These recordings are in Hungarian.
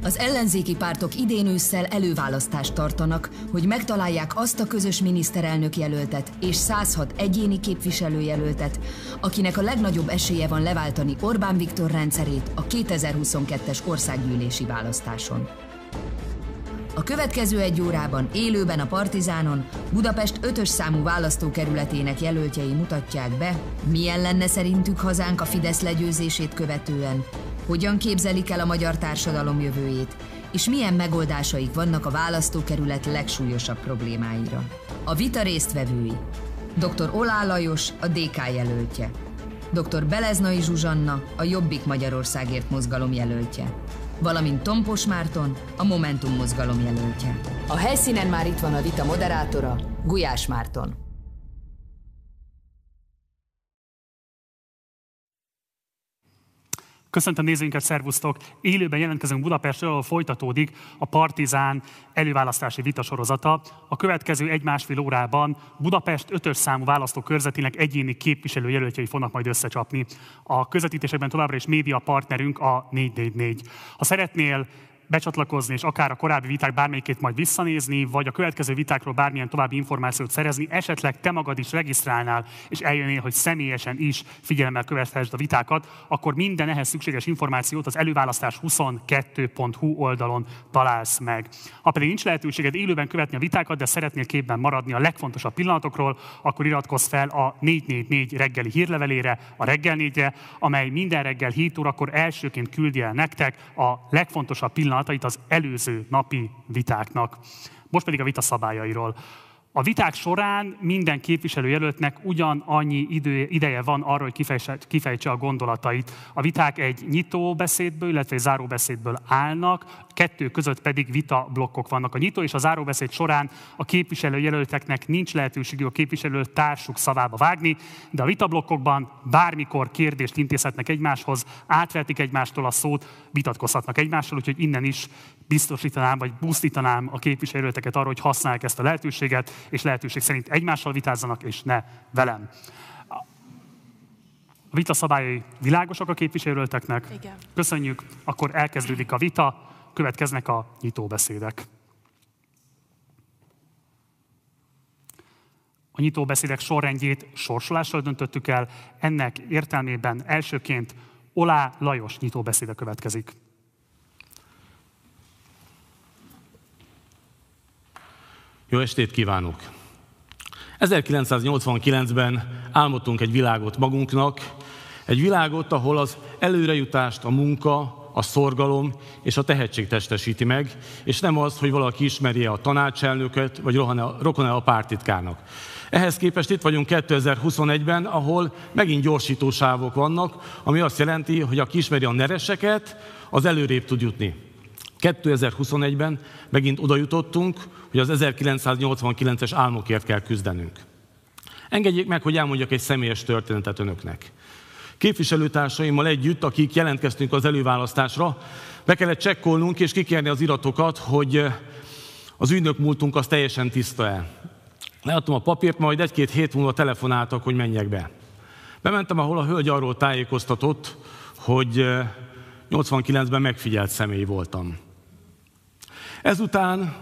Az ellenzéki pártok idén ősszel előválasztást tartanak, hogy megtalálják azt a közös miniszterelnök jelöltet és 106 egyéni képviselőjelöltet, akinek a legnagyobb esélye van leváltani Orbán Viktor rendszerét a 2022-es országgyűlési választáson. A következő 1 órában élőben a Partizánon Budapest 5-ös számú választókerületének jelöltjei mutatják be, milyen lenne szerintük hazánk a Fidesz legyőzését követően, hogyan képzelik el a magyar társadalom jövőjét, és milyen megoldásaik vannak a választókerület legsúlyosabb problémáira. A vita résztvevői: dr. Oláh Lajos, a DK jelöltje, dr. Beleznai Zsuzsanna, a Jobbik Magyarországért mozgalom jelöltje, valamint Tompos Márton, a Momentum mozgalom jelöltje. A helyszínen már itt van a vita moderátora, Gulyás Márton. Köszöntöm nézőinket, szervusztok! Élőben jelentkezünk Budapestről, ahol folytatódik a Partizán előválasztási vitasorozata. A következő 1-1,5 órában Budapest 5-ös számú választókörzetének egyéni képviselőjelöltjei fognak majd összecsapni. A közvetítésekben továbbra is média partnerünk a 444. Ha szeretnél becsatlakozni, és akár a korábbi viták bármelyikét majd visszanézni, vagy a következő vitákról bármilyen további információt szerezni, esetleg te magad is regisztrálnál, és eljönnél, hogy személyesen is figyelemmel követhessd a vitákat, akkor minden ehhez szükséges információt az előválasztás22.hu oldalon találsz meg. Ha pedig nincs lehetőséged élőben követni a vitákat, de szeretnél képben maradni a legfontosabb pillanatokról, akkor iratkozz fel a 444 reggeli hírlevelére, a Reggel 4-re, amely minden reggel 7 órakor elsőként küldi el nektek a legfontosabb pillanatait az előző napi vitáknak. Most pedig a vita szabályairól. A viták során minden képviselőjelöltnek ugyanannyi ideje van arra, hogy kifejtse a gondolatait. A viták egy nyitó beszédből, illetve egy záróbeszédből állnak, 2 között pedig vita blokkok vannak. A nyitó és a záróbeszéd során a képviselőjelölteknek nincs lehetőségük a képviselő társuk szavába vágni, de a vitablokkokban bármikor kérdést intézhetnek egymáshoz, átvehetik egymástól a szót, vitatkozhatnak egymással, úgyhogy innen is biztosítanám, vagy busztítanám a képviselőjelölteket arra, hogy használják ezt a lehetőséget, és lehetőség szerint egymással vitázzanak, és ne velem. A vita szabályai világosak a képviselőjelölteknek? Igen. Köszönjük, akkor elkezdődik a vita, következnek a nyitóbeszédek. A nyitóbeszédek sorrendjét sorsolással döntöttük el, ennek értelmében elsőként Oláh Lajos nyitóbeszéde következik. Jó estét kívánok! 1989-ben álmodtunk egy világot magunknak, egy világot, ahol az előrejutást a munka, a szorgalom és a tehetség testesíti meg, és nem az, hogy valaki ismerje a tanácselnököt, vagy rokon-e a pártitkárnak. Ehhez képest itt vagyunk 2021-ben, ahol megint gyorsítósávok vannak, ami azt jelenti, hogy aki ismeri a nereseket, az előrébb tud jutni. 2021-ben megint oda jutottunk, hogy az 1989-es álmokért kell küzdenünk. Engedjék meg, hogy elmondjak egy személyes történetet önöknek. Képviselőtársaimmal együtt, akik jelentkeztünk az előválasztásra, be kellett csekkolnunk és kikérni az iratokat, hogy az ügynök múltunk az teljesen tiszta-e. Leadtam a papírt, majd 1-2 hét múlva telefonáltak, hogy menjek be. Bementem, ahol a hölgy arról tájékoztatott, hogy 89-ben megfigyelt személy voltam. Ezután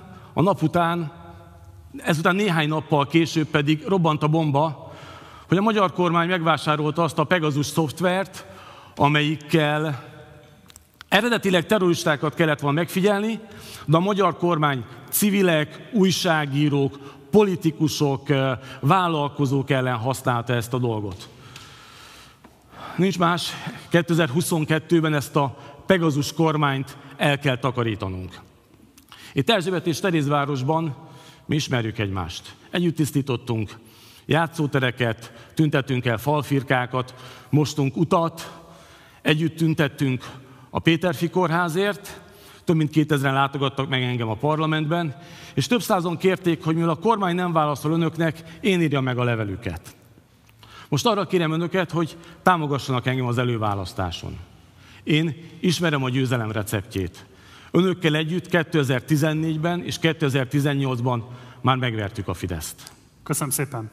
néhány nappal később pedig robbant a bomba, hogy a magyar kormány megvásárolta azt a Pegasus szoftvert, amelyikkel eredetileg terroristákat kellett volna megfigyelni, de a magyar kormány civilek, újságírók, politikusok, vállalkozók ellen használta ezt a dolgot. Nincs más, 2022-ben ezt a Pegasus kormányt el kell takarítanunk. Itt Erzsébet és Terézvárosban mi ismerjük egymást. Együtt tisztítottunk játszótereket, tüntettünk el falfirkákat, mostunk utat, együtt tüntettünk a Péterfi kórházért, több mint 2000-en látogattak meg engem a parlamentben, és több százan kérték, hogy mivel a kormány nem válaszol önöknek, én írjam meg a levelüket. Most arra kérem önöket, hogy támogassanak engem az előválasztáson. Én ismerem a győzelem receptjét. Önökkel együtt 2014-ben és 2018-ban már megvertük a Fideszt. Köszönöm szépen!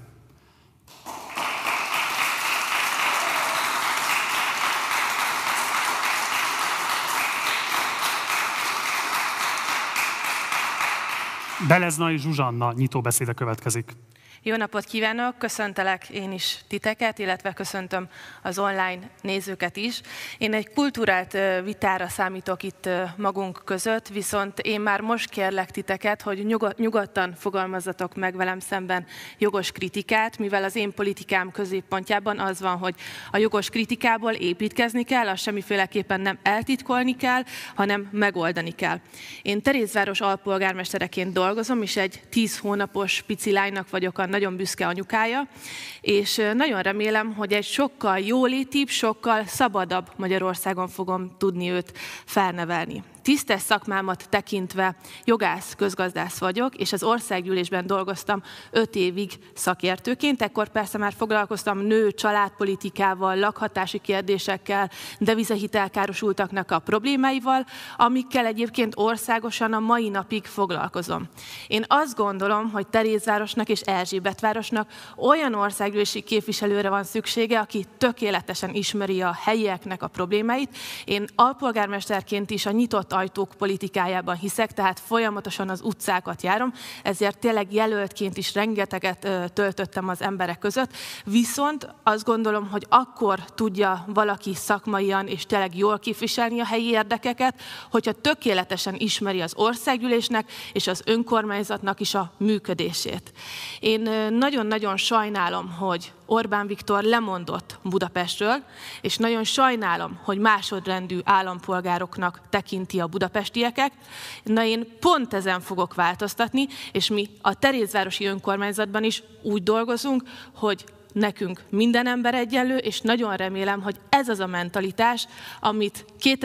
Beleznai Zsuzsanna nyitóbeszéde következik. Jó napot kívánok, köszöntelek én is titeket, illetve köszöntöm az online nézőket is. Én egy kulturált vitára számítok itt magunk között, viszont én már most kérlek titeket, hogy nyugodtan fogalmazzatok meg velem szemben jogos kritikát, mivel az én politikám középpontjában az van, hogy a jogos kritikából építkezni kell, azt semmiféleképpen nem eltitkolni kell, hanem megoldani kell. Én Terézváros alpolgármestereként dolgozom, és egy 10 hónapos pici lánynak vagyok a nagyon büszke anyukája, és nagyon remélem, hogy egy sokkal jólétibb, sokkal szabadabb Magyarországon fogom tudni őt felnevelni. Tisztes szakmámat tekintve jogász, közgazdász vagyok, és az országgyűlésben dolgoztam 5 évig szakértőként, ekkor persze már foglalkoztam családpolitikával, lakhatási kérdésekkel, devizahitelkárosultaknak a problémáival, amikkel egyébként országosan a mai napig foglalkozom. Én azt gondolom, hogy Terézvárosnak és Erzsébetvárosnak olyan országgyűlési képviselőre van szüksége, aki tökéletesen ismeri a helyieknek a problémáit. Én alpolgármesterként is a nyitott ajtók politikájában hiszek, tehát folyamatosan az utcákat járom, ezért tényleg jelöltként is rengeteget töltöttem az emberek között, viszont azt gondolom, hogy akkor tudja valaki szakmaian és tényleg jól képviselni a helyi érdekeket, hogyha tökéletesen ismeri az országgyűlésnek és az önkormányzatnak is a működését. Én nagyon-nagyon sajnálom, hogy Orbán Viktor lemondott Budapestről, és nagyon sajnálom, hogy másodrendű állampolgároknak tekinti a budapestieket. Na én pont ezen fogok változtatni, és mi a Terézvárosi önkormányzatban is úgy dolgozunk, hogy nekünk minden ember egyenlő, és nagyon remélem, hogy ez az a mentalitás, amit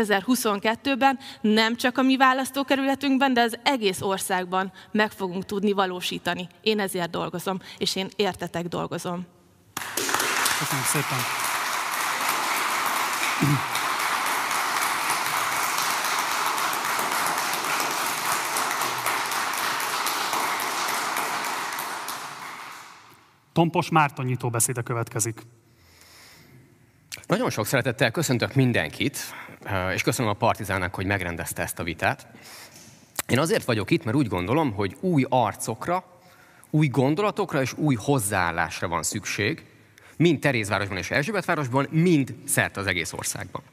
2022-ben nem csak a mi választókerületünkben, de az egész országban meg fogunk tudni valósítani. Én ezért dolgozom, és én értetek dolgozom. Köszönöm szépen. Tompos Márton nyitóbeszéde következik. Nagyon sok szeretettel köszöntök mindenkit, és köszönöm a Partizánnak, hogy megrendezte ezt a vitát. Én azért vagyok itt, mert úgy gondolom, hogy új arcokra, új gondolatokra és új hozzáállásra van szükség, mind Terézvárosban és Erzsébetvárosban, mind szerte az egész országban.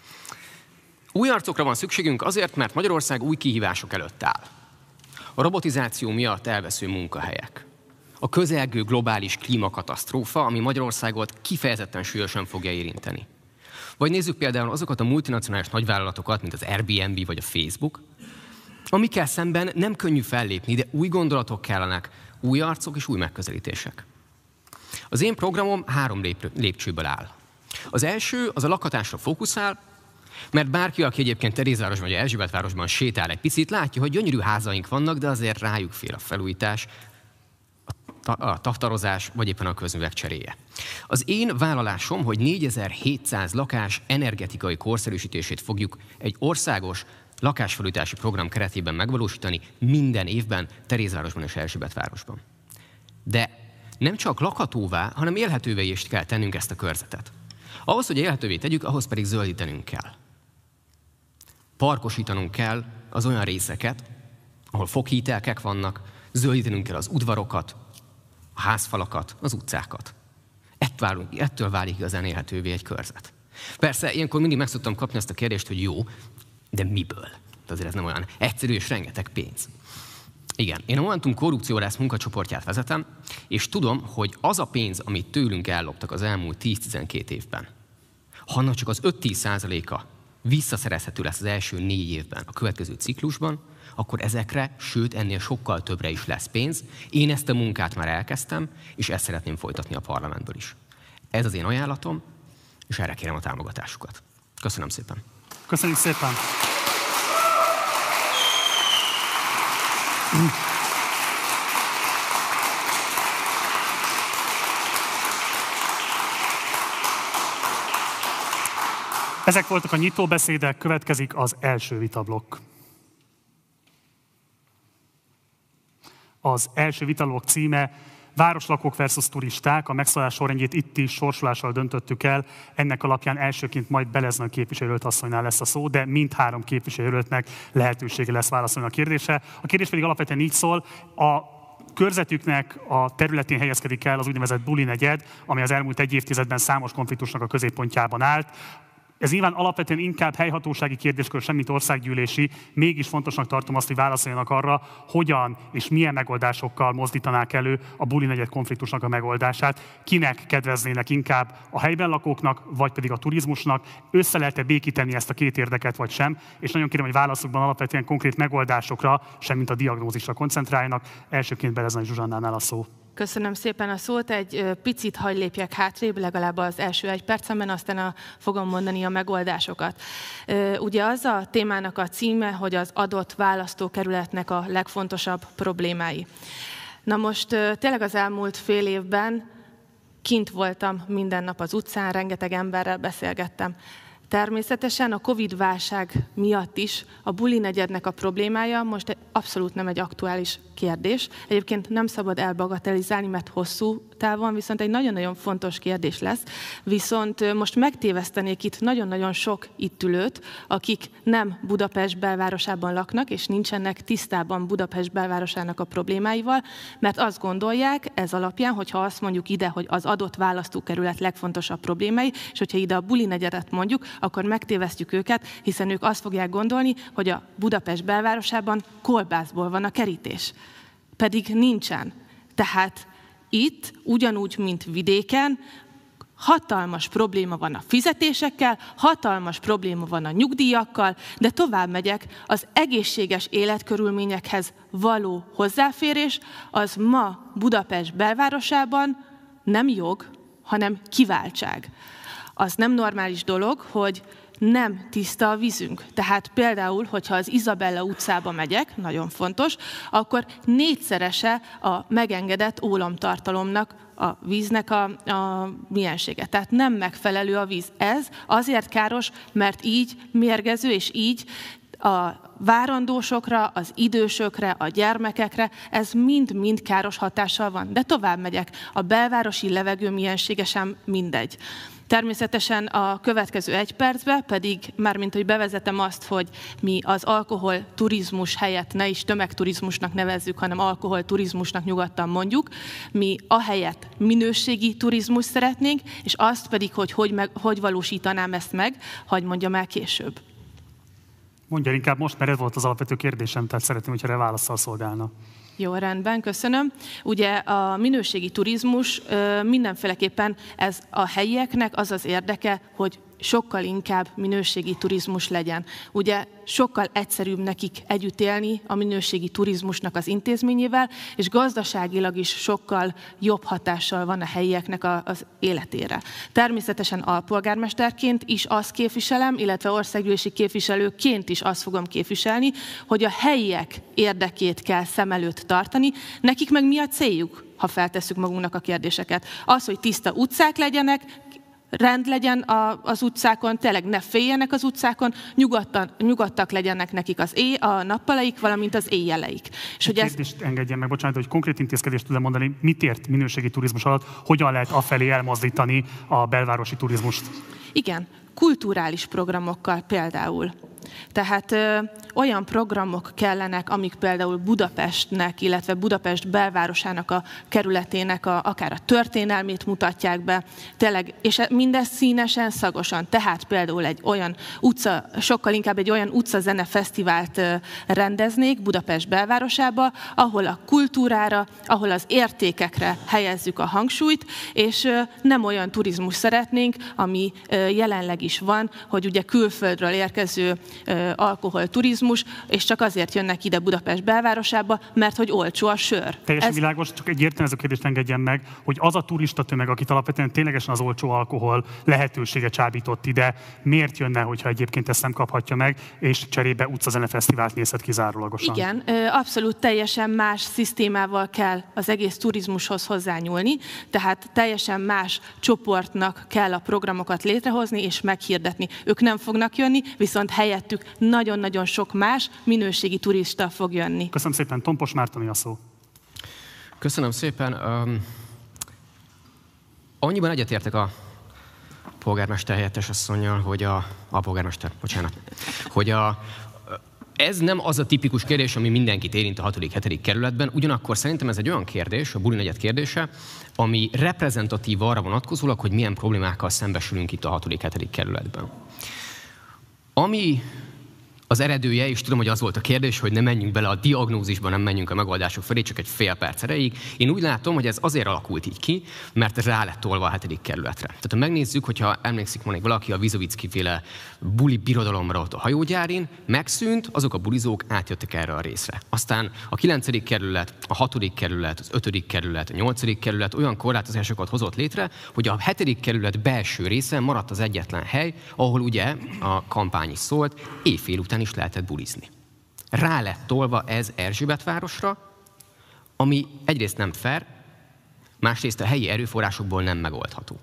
Új arcokra van szükségünk azért, mert Magyarország új kihívások előtt áll. A robotizáció miatt elvesző munkahelyek. A közelgő globális klímakatasztrófa, ami Magyarországot kifejezetten súlyosan fogja érinteni. Vagy nézzük például azokat a multinacionális nagyvállalatokat, mint az Airbnb vagy a Facebook, amikkel szemben nem könnyű fellépni, de új gondolatok kellenek, új arcok és új megközelítések. Az én programom 3 lépcsőből áll. Az első az a lakhatásra fókuszál, mert bárki, aki egyébként Terézvárosban vagy Erzsébetvárosban sétál egy picit, látja, hogy gyönyörű házaink vannak, de azért rájuk fél a felújítás, a taktarozás, vagy éppen a közművek cseréje. Az én vállalásom, hogy 4700 lakás energetikai korszerűsítését fogjuk egy országos lakásfelújítási program keretében megvalósítani minden évben Terézvárosban és Erzsébetvárosban. De nem csak lakhatóvá, hanem élhetővé is kell tennünk ezt a körzetet. Ahhoz, hogy élhetővé tegyük, ahhoz pedig zöldítenünk kell. Parkosítanunk kell az olyan részeket, ahol foghítelkek vannak, zöldítenünk kell az udvarokat, a házfalakat, az utcákat. Ettől válik igazán élhetővé egy körzet. Persze, ilyenkor mindig meg szoktam kapni ezt a kérdést, hogy jó, de miből? Azért ez nem olyan egyszerű és rengeteg pénz. Igen, én a Momentum korrupciórász munkacsoportját vezetem, és tudom, hogy az a pénz, amit tőlünk elloptak az elmúlt 10-12 évben, ha annak csak az 5-10%-a visszaszerezhető lesz az első 4 évben, a következő ciklusban, akkor ezekre, sőt ennél sokkal többre is lesz pénz. Én ezt a munkát már elkezdtem, és ezt szeretném folytatni a parlamentből is. Ez az én ajánlatom, és erre kérem a támogatásukat. Köszönöm szépen. Köszönjük szépen. Ezek voltak a nyitóbeszédek, következik az első vitablokk. Az első vitablokk címe Városlakók versus turisták, a megszólalás sorrendjét itt is sorsolással döntöttük el. Ennek alapján elsőként majd Beleznai képviselőjelölt asszonynál lesz a szó, de mindhárom képviselőjelöltnek lehetősége lesz válaszolni a kérdésre. A kérdés pedig alapvetően így szól, a körzetüknek a területén helyezkedik el az úgynevezett Buli negyed, ami az elmúlt egy évtizedben számos konfliktusnak a középpontjában állt. Ez nyilván alapvetően inkább helyhatósági kérdéskör, semmit országgyűlési, mégis fontosnak tartom azt, hogy válaszoljanak arra, hogyan és milyen megoldásokkal mozdítanák elő a Buli negyed konfliktusnak a megoldását, kinek kedveznének inkább, a helyben lakóknak, vagy pedig a turizmusnak, össze lehet-e békíteni ezt a két érdeket, vagy sem, és nagyon kérem, hogy válaszukban alapvetően konkrét megoldásokra, semmint a diagnózisra koncentráljanak. Elsőként Beleznai Zsuzsannánál a szó. Köszönöm szépen a szót. Egy picit hadd lépjek hátrébb, legalább az első 1 percemben, aztán fogom mondani a megoldásokat. Ugye az a témának a címe, hogy az adott választókerületnek a legfontosabb problémái. Na most tényleg az elmúlt fél évben kint voltam minden nap az utcán, rengeteg emberrel beszélgettem. Természetesen a Covid-válság miatt is a Buli negyednek a problémája most abszolút nem egy aktuális kérdés. Egyébként nem szabad elbagatelizálni, mert hosszú távon viszont egy nagyon-nagyon fontos kérdés lesz. Viszont most megtévesztenék itt nagyon-nagyon sok itt ülőt, akik nem Budapest belvárosában laknak, és nincsenek tisztában Budapest belvárosának a problémáival, mert azt gondolják ez alapján, hogyha azt mondjuk ide, hogy az adott választókerület legfontosabb problémái, és hogyha ide a Buli negyedet mondjuk, akkor megtévesztjük őket, hiszen ők azt fogják gondolni, hogy a Budapest belvárosában kolbászból van a kerítés. Pedig nincsen. Tehát itt, ugyanúgy, mint vidéken, hatalmas probléma van a fizetésekkel, hatalmas probléma van a nyugdíjakkal, de tovább megyek, az egészséges életkörülményekhez való hozzáférés, az ma Budapest belvárosában nem jog, hanem kiváltság. Az nem normális dolog, hogy nem tiszta a vízünk. Tehát például, hogyha az Izabella utcába megyek, nagyon fontos, akkor 4-szerese a megengedett ólomtartalomnak, a víznek a miensége. Tehát nem megfelelő a víz. Ez azért káros, mert így mérgező, és így a várandósokra, az idősökre, a gyermekekre, ez mind-mind káros hatással van. De tovább megyek. A belvárosi levegő miensége sem mindegy. Természetesen a következő 1 percben pedig, mármint hogy bevezetem azt, hogy mi az alkoholturizmus helyett ne is tömegturizmusnak nevezzük, hanem alkoholturizmusnak nyugodtan mondjuk, mi ahelyett minőségi turizmus szeretnénk, és azt pedig, hogy valósítanám ezt meg, hadd mondjam el később. Mondja inkább most, mert ez volt az alapvető kérdésem, tehát szeretném, hogyha erre válaszsal szolgálna. Jó, rendben, köszönöm. Ugye a minőségi turizmus mindenféleképpen ez a helyieknek az az érdeke, hogy sokkal inkább minőségi turizmus legyen. Ugye sokkal egyszerűbb nekik együtt élni a minőségi turizmusnak az intézményével, és gazdaságilag is sokkal jobb hatással van a helyieknek az életére. Természetesen alpolgármesterként is azt képviselem, illetve országgyűlési képviselőként is azt fogom képviselni, hogy a helyiek érdekét kell szem előtt tartani, nekik meg mi a céljuk, ha feltesszük magunknak a kérdéseket. Az, hogy tiszta utcák legyenek, rend legyen az utcákon, tényleg ne féljenek az utcákon, nyugodtak legyenek nekik a nappaleik, valamint az éjjeleik. És hogy ezt engedjen meg, bocsánat, hogy konkrét intézkedést tud mondani, mit ért minőségi turizmus alatt, hogyan lehet afelé elmozdítani a belvárosi turizmust? Igen, kulturális programokkal például. Tehát olyan programok kellenek, amik például Budapestnek, illetve Budapest belvárosának a kerületének akár a történelmét mutatják be, tényleg, és mindez színesen, szagosan. Tehát például egy olyan sokkal inkább egy olyan utcazene fesztivált rendeznék Budapest belvárosába, ahol a kultúrára, ahol az értékekre helyezzük a hangsúlyt, és nem olyan turizmus szeretnénk, ami jelenleg is van, hogy ugye külföldről érkező alkoholturizmus, és csak azért jönnek ide Budapest belvárosába, mert hogy olcsó a sör. Teljesen világos, csak egy értelmező kérdést engedjen meg, hogy az a turista tömeg, akit alapvetően ténylegesen az olcsó alkohol lehetősége csábított ide, miért jönne, hogyha egyébként ezt nem kaphatja meg, és cserébe utcazenefesztivált nézhet kizárólagosan? Igen, abszolút teljesen más szisztémával kell az egész turizmushoz hozzányúlni, tehát teljesen más csoportnak kell a programokat létrehozni és meghirdetni. Ők nem fognak jönni, viszont helyettük nagyon-nagyon sok más minőségi turista fog jönni. Köszönöm szépen, Tompos Mártoni a szó. Köszönöm szépen. Annyiban egyetértek a polgármester helyettes asszonnyal, hogy ez nem az a tipikus kérdés, ami mindenkit érint a 6.-7. kerületben, ugyanakkor szerintem ez egy olyan kérdés, a Buli negyed kérdése, ami reprezentatív arra vonatkozólag, hogy milyen problémákkal szembesülünk itt a 6.-7. kerületben. Ami az eredője, és tudom, hogy az volt a kérdés, hogy ne menjünk bele a diagnózisba, nem menjünk a megoldások felé, csak egy fél perc erejéig. Én úgy látom, hogy ez azért alakult így ki, mert rá lett tolva a 7. kerületre. Tehát ha megnézzük, hogyha emlékszik még valaki a Vizovicki-féle buli birodalomra ott a hajógyárin, megszűnt, azok a bulizók átjöttek erre a részre. Aztán a 9. kerület, a 6. kerület, az 5. kerület, a 8. kerület olyan korlátozásokat hozott létre, hogy a 7. kerület belső része maradt az egyetlen hely, ahol ugye a kampány is szólt, éjfél után is lehetett bulizni. Rá lett tolva ez Erzsébetvárosra, ami egyrészt nem fair, másrészt a helyi erőforrásokból nem megoldható.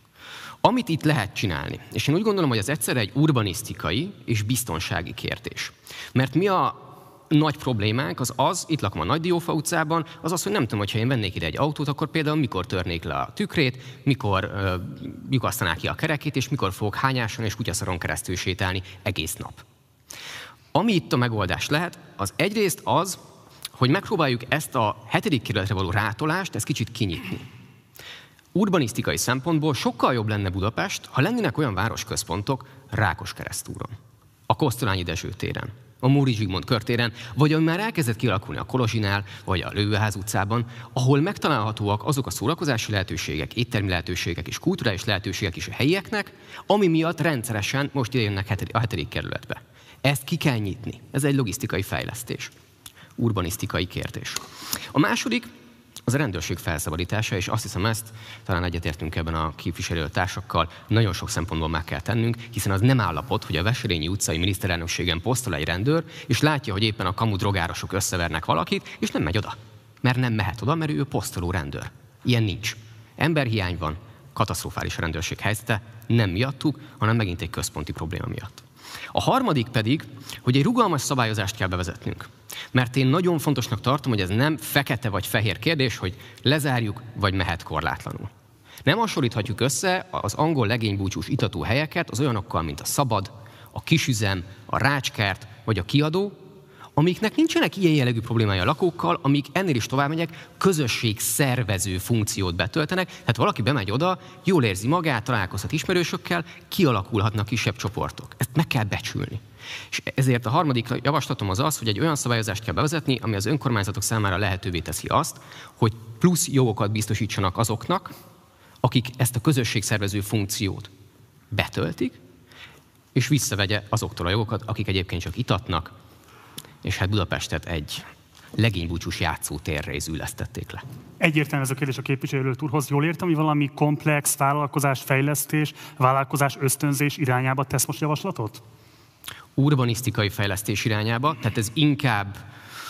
Amit itt lehet csinálni, és én úgy gondolom, hogy ez egyszerre egy urbanisztikai és biztonsági kérdés. Mert mi a nagy problémánk az, itt lakom a Nagy-Diófa utcában, az, hogy nem tudom, hogyha én vennék ide egy autót, akkor például mikor törnék le a tükrét, mikor lyukasztanák ki a kerekét, és mikor fogok hányáson és kutyaszaron keresztül sétálni egész nap. Ami itt a megoldás lehet, az egyrészt az, hogy megpróbáljuk ezt a 7. kerületre való rátolást, ezt kicsit kinyitni. Urbanisztikai szempontból sokkal jobb lenne Budapest, ha lennének olyan városközpontok Rákoskeresztúron, a Kosztolányi Dezső téren, a Móri Zsigmond körtéren, vagy ami már elkezdett kialakulni a Kolozsinál, vagy a Lőveház utcában, ahol megtalálhatóak azok a szórakozási lehetőségek, éttermi lehetőségek és kulturális lehetőségek is a helyieknek, ami miatt rendszeresen most jönnek a 7. kerületbe. Ezt ki kell nyitni. Ez egy logisztikai fejlesztés. Urbanisztikai kérdés. A második az a rendőrség felszabadítása, és azt hiszem ezt, talán egyetértünk ebben a képviselőtársakkal, nagyon sok szempontból meg kell tennünk, hiszen az nem állapot, hogy a Veselényi utcai miniszterelnökségen posztol egy rendőr, és látja, hogy éppen a kamu drogárosok összevernek valakit, és nem megy oda. Mert nem mehet oda, mert ő posztoló rendőr. Ilyen nincs. Emberhiány van, katasztrofális a rendőrség helyzete, nem miattuk, hanem megint egy központi probléma miatt. A harmadik pedig, hogy egy rugalmas szabályozást kell bevezetnünk. Mert én nagyon fontosnak tartom, hogy ez nem fekete vagy fehér kérdés, hogy lezárjuk, vagy mehet korlátlanul. Nem hasonlíthatjuk össze az angol legénybúcsús itató helyeket az olyanokkal, mint a Szabad, a Kisüzem, a Rácskert vagy a Kiadó, amiknek nincsenek ilyen jellegű problémája a lakókkal, amik ennél is tovább megyek, közösségszervező funkciót betöltenek, tehát valaki bemegy oda, jól érzi magát, találkozhat ismerősökkel, kialakulhatnak kisebb csoportok. Ezt meg kell becsülni. És ezért a harmadik javaslatom az, hogy egy olyan szabályozást kell bevezetni, ami az önkormányzatok számára lehetővé teszi azt, hogy plusz jogokat biztosítsanak azoknak, akik ezt a közösségszervező funkciót betöltik, és visszavegye azoktól a jogokat, akik egyébként csak itatnak, és hát Budapestet egy legénybúcsús játszótérre ülesztették le. Egyértelmű ez a kérdés a képviselőt úrhoz. Jól értem, hogy valami komplex vállalkozás fejlesztés, vállalkozás ösztönzés irányába tesz most javaslatot? Urbanisztikai fejlesztés irányába, tehát ez inkább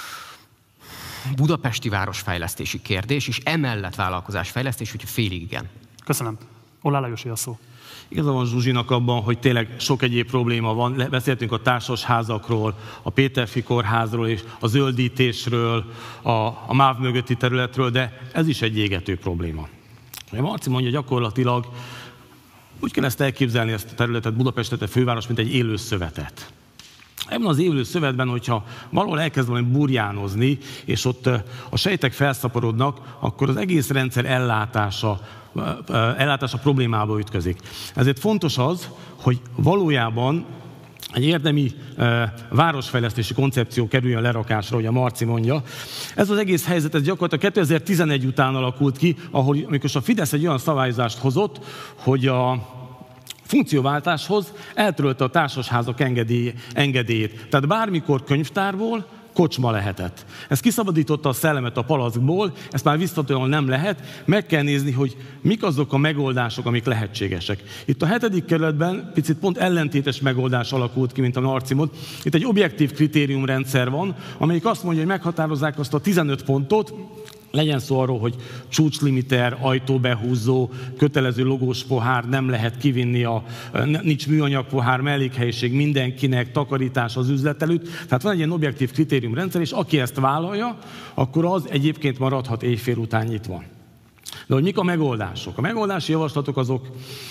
budapesti városfejlesztési kérdés, és emellett vállalkozásfejlesztés, úgyhogy félig igen. Köszönöm. Ollá Lajosi a szó. Igaza van Zsuzsinak abban, hogy tényleg sok egyéb probléma van. Beszéltünk a társasházakról, a Péterfi kórházról és a zöldítésről, a MÁV mögötti területről, de ez is egy égető probléma. Marci mondja, gyakorlatilag úgy kell ezt elképzelni, ezt a területet, Budapestet, a főváros, mint egy élő szövetet. Ebben az élő szövetben, hogyha valahol elkezd valami burjánozni, és ott a sejtek felszaporodnak, akkor az egész rendszer ellátása problémába ütközik. Ezért fontos az, hogy valójában egy érdemi városfejlesztési koncepció kerüljön lerakásra, hogy a Marci mondja. Ez az egész helyzet, ez gyakorlatilag 2011 után alakult ki, amikor a Fidesz egy olyan szabályozást hozott, hogy a funkcióváltáshoz eltörölte a társasházak engedélyét. Tehát bármikor könyvtárból kocsma lehetett. Ez kiszabadította a szellemet a palackból, ezt már visszatolni nem lehet, meg kell nézni, hogy mik azok a megoldások, amik lehetségesek. Itt a 7. kerületben picit pont ellentétes megoldás alakult ki, mint a Marci mond. Itt egy objektív kritériumrendszer van, amelyik azt mondja, hogy meghatározzák azt a 15 pontot, Legyen szó arról, hogy csúcslimiter, ajtóbehúzó, kötelező logós pohár, nem lehet kivinni, nincs műanyag pohár, mellékhelyiség mindenkinek, takarítás az üzlet előtt. Tehát van egy ilyen objektív kritériumrendszer, és aki ezt vállalja, akkor az egyébként maradhat éjfél után nyitva. De hogy mik a megoldások? A megoldási javaslatok azok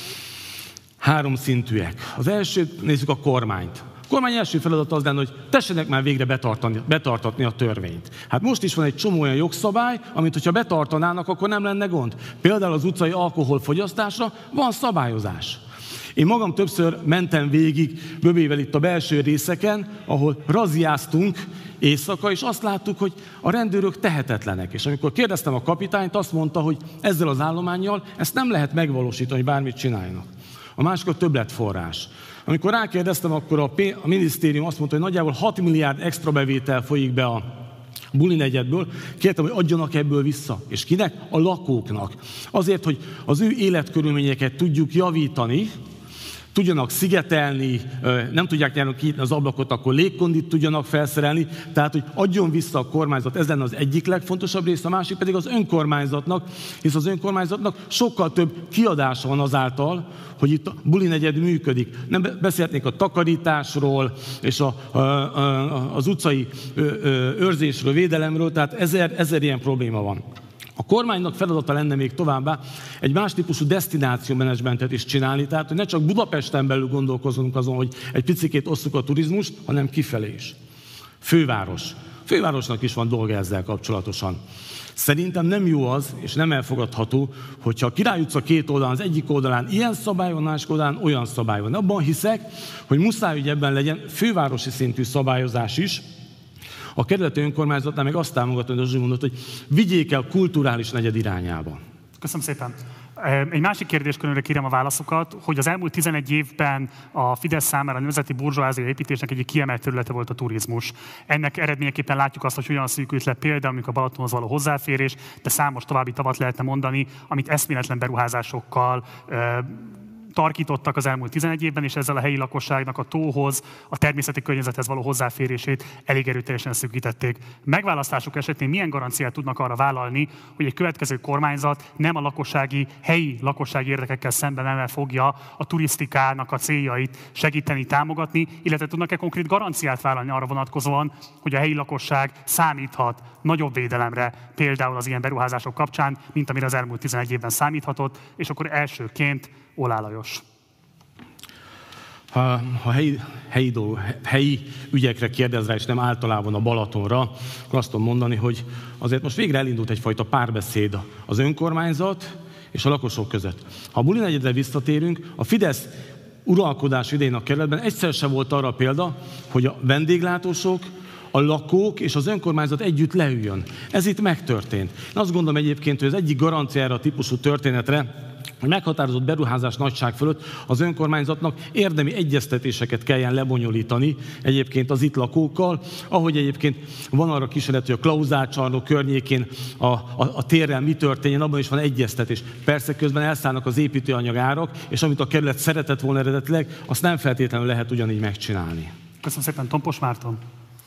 háromszintűek. Az első, nézzük a kormányt. A kormány első feladata az lenne, hogy tessenek már végre betartatni a törvényt. Hát most is van egy csomó olyan jogszabály, amit hogyha betartanának, akkor nem lenne gond. Például az utcai alkoholfogyasztásra van szabályozás. Én magam többször mentem végig Böbével itt a belső részeken, ahol razziáztunk éjszaka, és azt láttuk, hogy a rendőrök tehetetlenek. És amikor kérdeztem a kapitányt, azt mondta, hogy ezzel az állománnyal ezt nem lehet megvalósítani, hogy bármit csináljanak. A másik a többletforrás. Amikor rákérdeztem, akkor a minisztérium azt mondta, hogy nagyjából 6 milliárd extra bevétel folyik be a Buli negyedből. Kértem, hogy adjanak ebből vissza. És kinek? A lakóknak. Azért, hogy az ő életkörülményeket tudjuk javítani, tudjanak szigetelni, nem tudják nyáron kinyitni az ablakot, akkor légkondit tudjanak felszerelni, tehát, hogy adjon vissza a kormányzat, ez lenne az egyik legfontosabb rész, a másik pedig az önkormányzatnak, hisz az önkormányzatnak sokkal több kiadása van azáltal, hogy itt a Buli negyed működik. Nem beszélhetnénk a takarításról, és az utcai őrzésről, védelemről, tehát ezer ilyen probléma van. A kormánynak feladata lenne még továbbá egy más típusú desztinációmenedzsmentet is csinálni, tehát hogy ne csak Budapesten belül gondolkozunk azon, hogy egy picikét osszuk a turizmust, hanem kifelé is. Főváros. Fővárosnak is van dolga ezzel kapcsolatosan. Szerintem nem jó az, és nem elfogadható, hogyha a Király utca két oldalán, az egyik oldalán ilyen szabály van, másik oldalán olyan szabály van. Abban hiszek, hogy muszáj, hogy ebben legyen fővárosi szintű szabályozás is. A kerületi önkormányzatnál meg azt támogatom, hogy Zsuzsi mondott, hogy vigyék el kulturális negyed irányába. Köszönöm szépen. Egy másik kérdéskörre kérem a válaszokat, hogy az elmúlt 11 évben a Fidesz számára a nemzeti burzsóázia építésnek egyik kiemelt területe volt a turizmus. Ennek eredményeképpen látjuk azt, hogy hogyan szűkült le például a Balatonhoz való hozzáférés, de számos további tavat lehetne mondani, amit eszméletlen beruházásokkal tarkítottak az elmúlt 11 évben, és ezzel a helyi lakosságnak a tóhoz, a természeti környezethez való hozzáférését elég erőteljesen szűkítették. Megválasztásuk esetén milyen garanciát tudnak arra vállalni, hogy egy következő kormányzat nem a helyi lakossági érdekekkel szemben fogja a turisztikának a céljait segíteni, támogatni, illetve tudnak-e konkrét garanciát vállalni arra vonatkozóan, hogy a helyi lakosság számíthat nagyobb védelemre, például az ilyen beruházások kapcsán, mint amire az elmúlt 11 évben számíthatott, és akkor elsőként Oláh Lajos. Ha helyi ügyekre kérdez rá, és nem általában a Balatonra, akkor azt tudom mondani, hogy azért most végre elindult egyfajta párbeszéd az önkormányzat és a lakosok között. Ha a Buli negyedre visszatérünk, a Fidesz uralkodás idején a kerületben egyszer sem volt arra példa, hogy a vendéglátósok, a lakók és az önkormányzat együtt leüljön. Ez itt megtörtént. Én azt gondolom egyébként, hogy az egyik garanciára a típusú történetre, hogy meghatározott beruházás nagyság fölött az önkormányzatnak érdemi egyeztetéseket kelljen lebonyolítani egyébként az itt lakókkal, ahogy egyébként van arra kísérlet, hogy a Klauzál-csarnok környékén a térrel mi történjen, abban is van egyeztetés. Persze közben elszállnak az építőanyag árak, és amit a kerület szeretett volna eredetileg, azt nem feltétlenül lehet ugyanígy megcsinálni. Köszönöm szépen, Tompos Márton.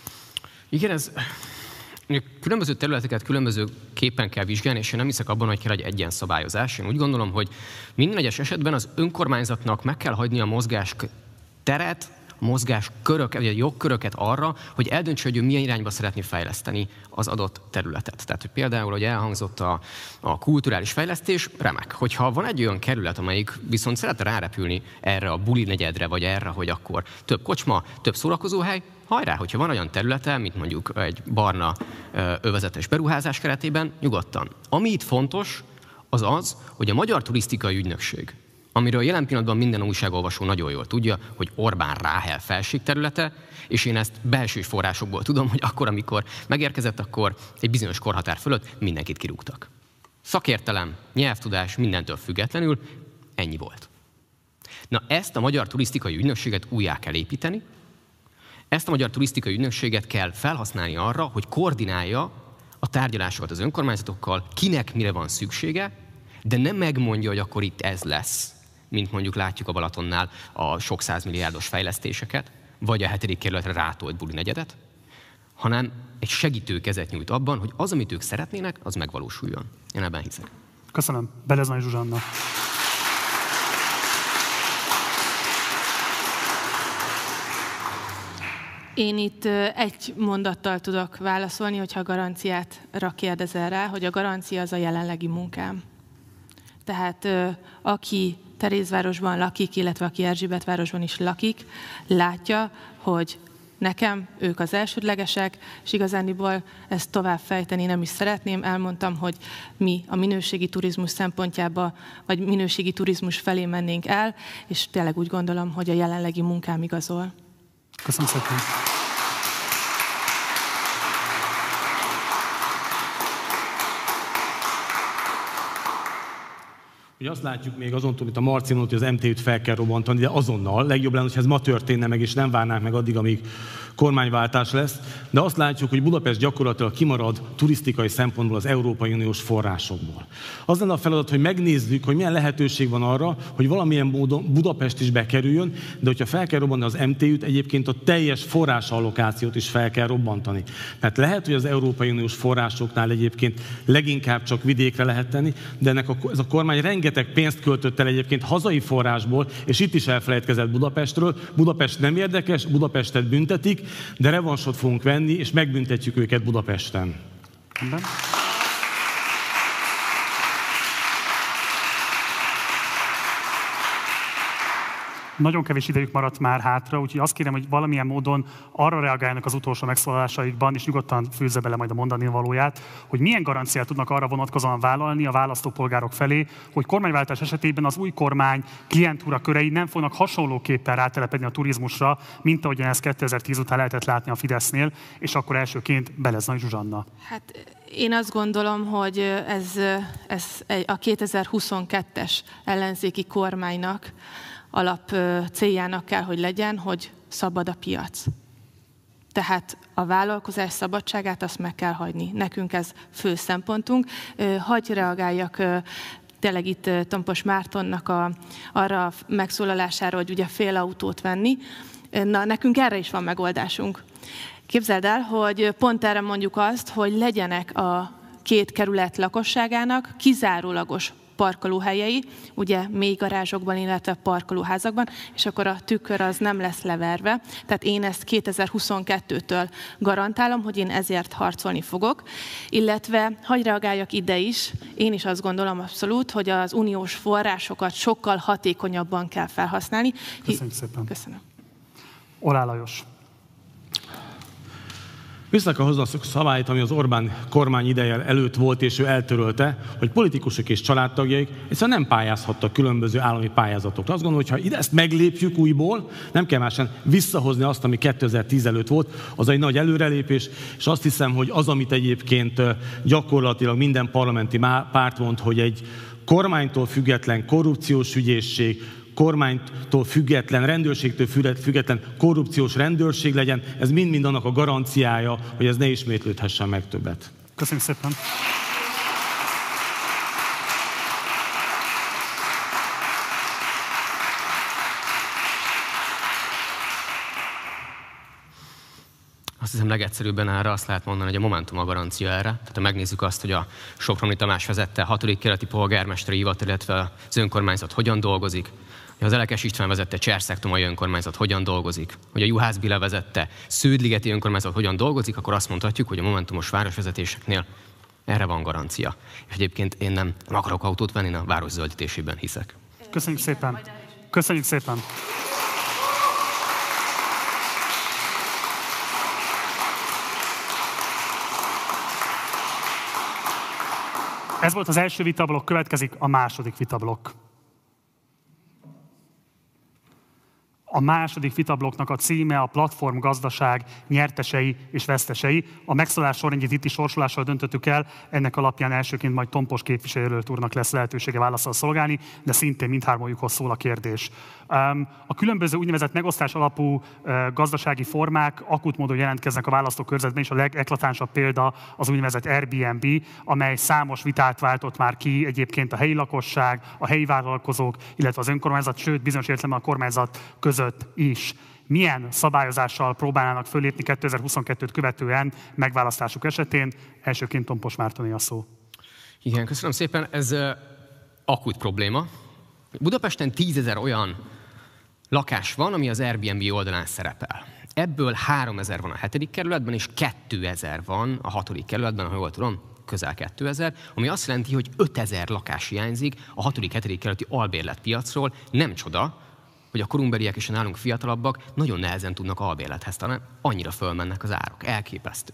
Igen, ez különböző területeket különböző képen kell vizsgálni, és én nem hiszek abban, hogy kell egy egyenszabályozás. Én úgy gondolom, hogy minden egyes esetben az önkormányzatnak meg kell hagyni a mozgásteret, mozgásköröket, vagy a jogköröket arra, hogy eldöntse, hogy ő milyen irányba szeretné fejleszteni az adott területet. Tehát, hogy például, hogy elhangzott a kulturális fejlesztés, remek. Hogyha van egy olyan kerület, amelyik viszont szeretne rárepülni erre a Buli negyedre, vagy erre, hogy akkor több kocsma, több szórakozóhely, hajrá, hogyha van olyan területe, mint mondjuk egy barna övezetes beruházás keretében, nyugodtan. Ami itt fontos, az az, hogy a Magyar Turisztikai Ügynökség, amiről jelen pillanatban minden újságolvasó nagyon jól tudja, hogy Orbán Ráhel felségterülete, és én ezt belső forrásokból tudom, hogy akkor, amikor megérkezett, akkor egy bizonyos korhatár fölött mindenkit kirúgtak. Szakértelem, nyelvtudás, mindentől függetlenül ennyi volt. Na ezt a Magyar Turisztikai Ügynökséget újjá kell építeni, ezt a Magyar Turisztikai Ügynökséget kell felhasználni arra, hogy koordinálja a tárgyalásokat az önkormányzatokkal, kinek mire van szüksége, de nem megmondja, hogy akkor itt ez lesz, mint mondjuk látjuk a Balatonnál a sok százmilliárdos fejlesztéseket, vagy a 7. kerületre rátolt Buli negyedet, hanem egy segítő kezet nyújt abban, hogy az, amit ők szeretnének, az megvalósuljon. Én ebben hiszek. Köszönöm. Beleznai Zsuzsanna. Én itt egy mondattal tudok válaszolni, hogyha a garanciátra kérdezel rá, hogy a garancia az a jelenlegi munkám. Tehát aki Terézvárosban lakik, illetve aki Erzsébetvárosban is lakik, látja, hogy nekem ők az elsődlegesek, és igazándiból ezt tovább fejteni nem is szeretném. Elmondtam, hogy mi a minőségi turizmus szempontjába, vagy minőségi turizmus felé mennénk el, és tényleg úgy gondolom, hogy a jelenlegi munkám igazol. Köszönöm szépen. Ugye azt látjuk még azon túl, itt a Marci mondta, hogy az MT-t fel kell robbantani, de azonnal. Legjobb lenne, hogyha ez ma történne meg, és nem várnánk meg addig, amíg kormányváltás lesz. De azt látjuk, hogy Budapest gyakorlatilag kimarad turisztikai szempontból az Európai Uniós forrásokból. Az lenne a feladat, hogy megnézzük, hogy milyen lehetőség van arra, hogy valamilyen módon Budapest is bekerüljön, de hogyha fel kell robbantani az MT-t, egyébként a teljes forrásallokációt is fel kell robbantani. Mert lehet, hogy az Európai Uniós forrásoknál egyébként leginkább csak vidékre lehet tenni, de ez a kormány rengeteg pénzt költött el egyébként hazai forrásból, és itt is elfelejtkezett Budapestről. Budapest nem érdekes, Budapestet büntetik, de revansot fogunk venni, és megbüntetjük őket Budapesten. Nagyon kevés idejük maradt már hátra, úgyhogy azt kérem, hogy valamilyen módon arra reagáljanak az utolsó megszólalásaikban, és nyugodtan fűzze bele majd a mondani valóját, hogy milyen garanciát tudnak arra vonatkozóan vállalni a választópolgárok felé, hogy kormányváltás esetében az új kormány klientúra körei nem fognak hasonlóképpen rátelepedni a turizmusra, mint ahogyan ezt 2010 után lehetett látni a Fidesznél, és akkor elsőként Beleznai Zsuzsanna. Hát én azt gondolom, hogy ez a 2022-es ellenzéki kormánynak alap céljának kell, hogy legyen, hogy szabad a piac. Tehát a vállalkozás szabadságát azt meg kell hagyni. Nekünk ez fő szempontunk. Hagy reagáljak tényleg itt Tompos Mártonnak arra a megszólalására, hogy ugye fél autót venni. Na, nekünk erre is van megoldásunk. Képzeld el, hogy pont erre mondjuk azt, hogy legyenek a két kerület lakosságának kizárólagos parkolóhelyei, ugye mély garázsokban, illetve parkolóházakban, és akkor a tükör az nem lesz leverve. Tehát én ezt 2022-től garantálom, hogy én ezért harcolni fogok. Illetve, hadd reagáljak ide is, én is azt gondolom abszolút, hogy az uniós forrásokat sokkal hatékonyabban kell felhasználni. Köszönjük szépen. Köszönöm. Oláh Lajos. Vissza kell hozni a szabályt, ami az Orbán kormány ideje előtt volt, és ő eltörölte, hogy politikusok és családtagjaik egyszerűen nem pályázhattak különböző állami pályázatokra. Azt gondolom, hogy ha ezt meglépjük újból, nem kell másan visszahozni azt, ami 2010 előtt volt, az egy nagy előrelépés, és azt hiszem, hogy az, amit egyébként gyakorlatilag minden parlamenti párt mond, hogy egy kormánytól független korrupciós ügyészség, kormánytól független, rendőrségtől független korrupciós rendőrség legyen, ez mind-mind annak a garanciája, hogy ez ne ismétlődhessen meg többet. Köszönjük szépen. Azt hiszem legegyszerűbben erre azt lehet mondani, hogy a Momentum a garancia erre. Tehát ha megnézzük azt, hogy a Soproni Tamás vezette 6. kerületi polgármesteri hivatal, illetve az önkormányzat hogyan dolgozik, hogy az Elekes István vezette Cserszegtomai önkormányzat hogyan dolgozik, hogy a Juhász Béla vezette Sződligeti önkormányzat hogyan dolgozik, akkor azt mondhatjuk, hogy a momentumos városvezetéseknél erre van garancia. És egyébként én nem akarok autót venni, a város zöldítésében hiszek. Köszönjük szépen. Köszönjük szépen. Ez volt az első vitablokk, következik a második vitablokk. A második vitablokknak a címe a platformgazdaság nyertesei és vesztesei. A megszólalás sorrendjét itt is sorsolással döntöttük el, ennek alapján elsőként majd Tompos képviselőjelölt úrnak lesz lehetősége válaszsal szolgálni, de szintén mindhármójukhoz szól a kérdés. A különböző úgynevezett megosztás alapú gazdasági formák akut módon jelentkeznek a választókörzetben, és a legeklatánsabb példa az úgynevezett Airbnb, amely számos vitát váltott már ki egyébként a helyi lakosság, a helyi vállalkozók, illetve az önkormányzat, sőt bizonyos értelemben a kormányzat között is. milyen szabályozással próbálnának fölépni 2022-t követően megválasztásuk esetén. Elsőként Tompos Mártoné a szó. Igen, köszönöm szépen. Ez akut probléma. Budapesten 10 000 olyan lakás van, ami az Airbnb oldalán szerepel. Ebből 3000 van a 7. kerületben, és 2000 van a 6. kerületben, ha jól tudom, közel 2000, ami azt jelenti, hogy 5000 lakás hiányzik a 6.-7. kerületi albérletpiacról. Nem csoda, hogy a korunkbeliek és a nálunk fiatalabbak nagyon nehezen tudnak albérlethez találni, annyira fölmennek az árak. Elképesztő.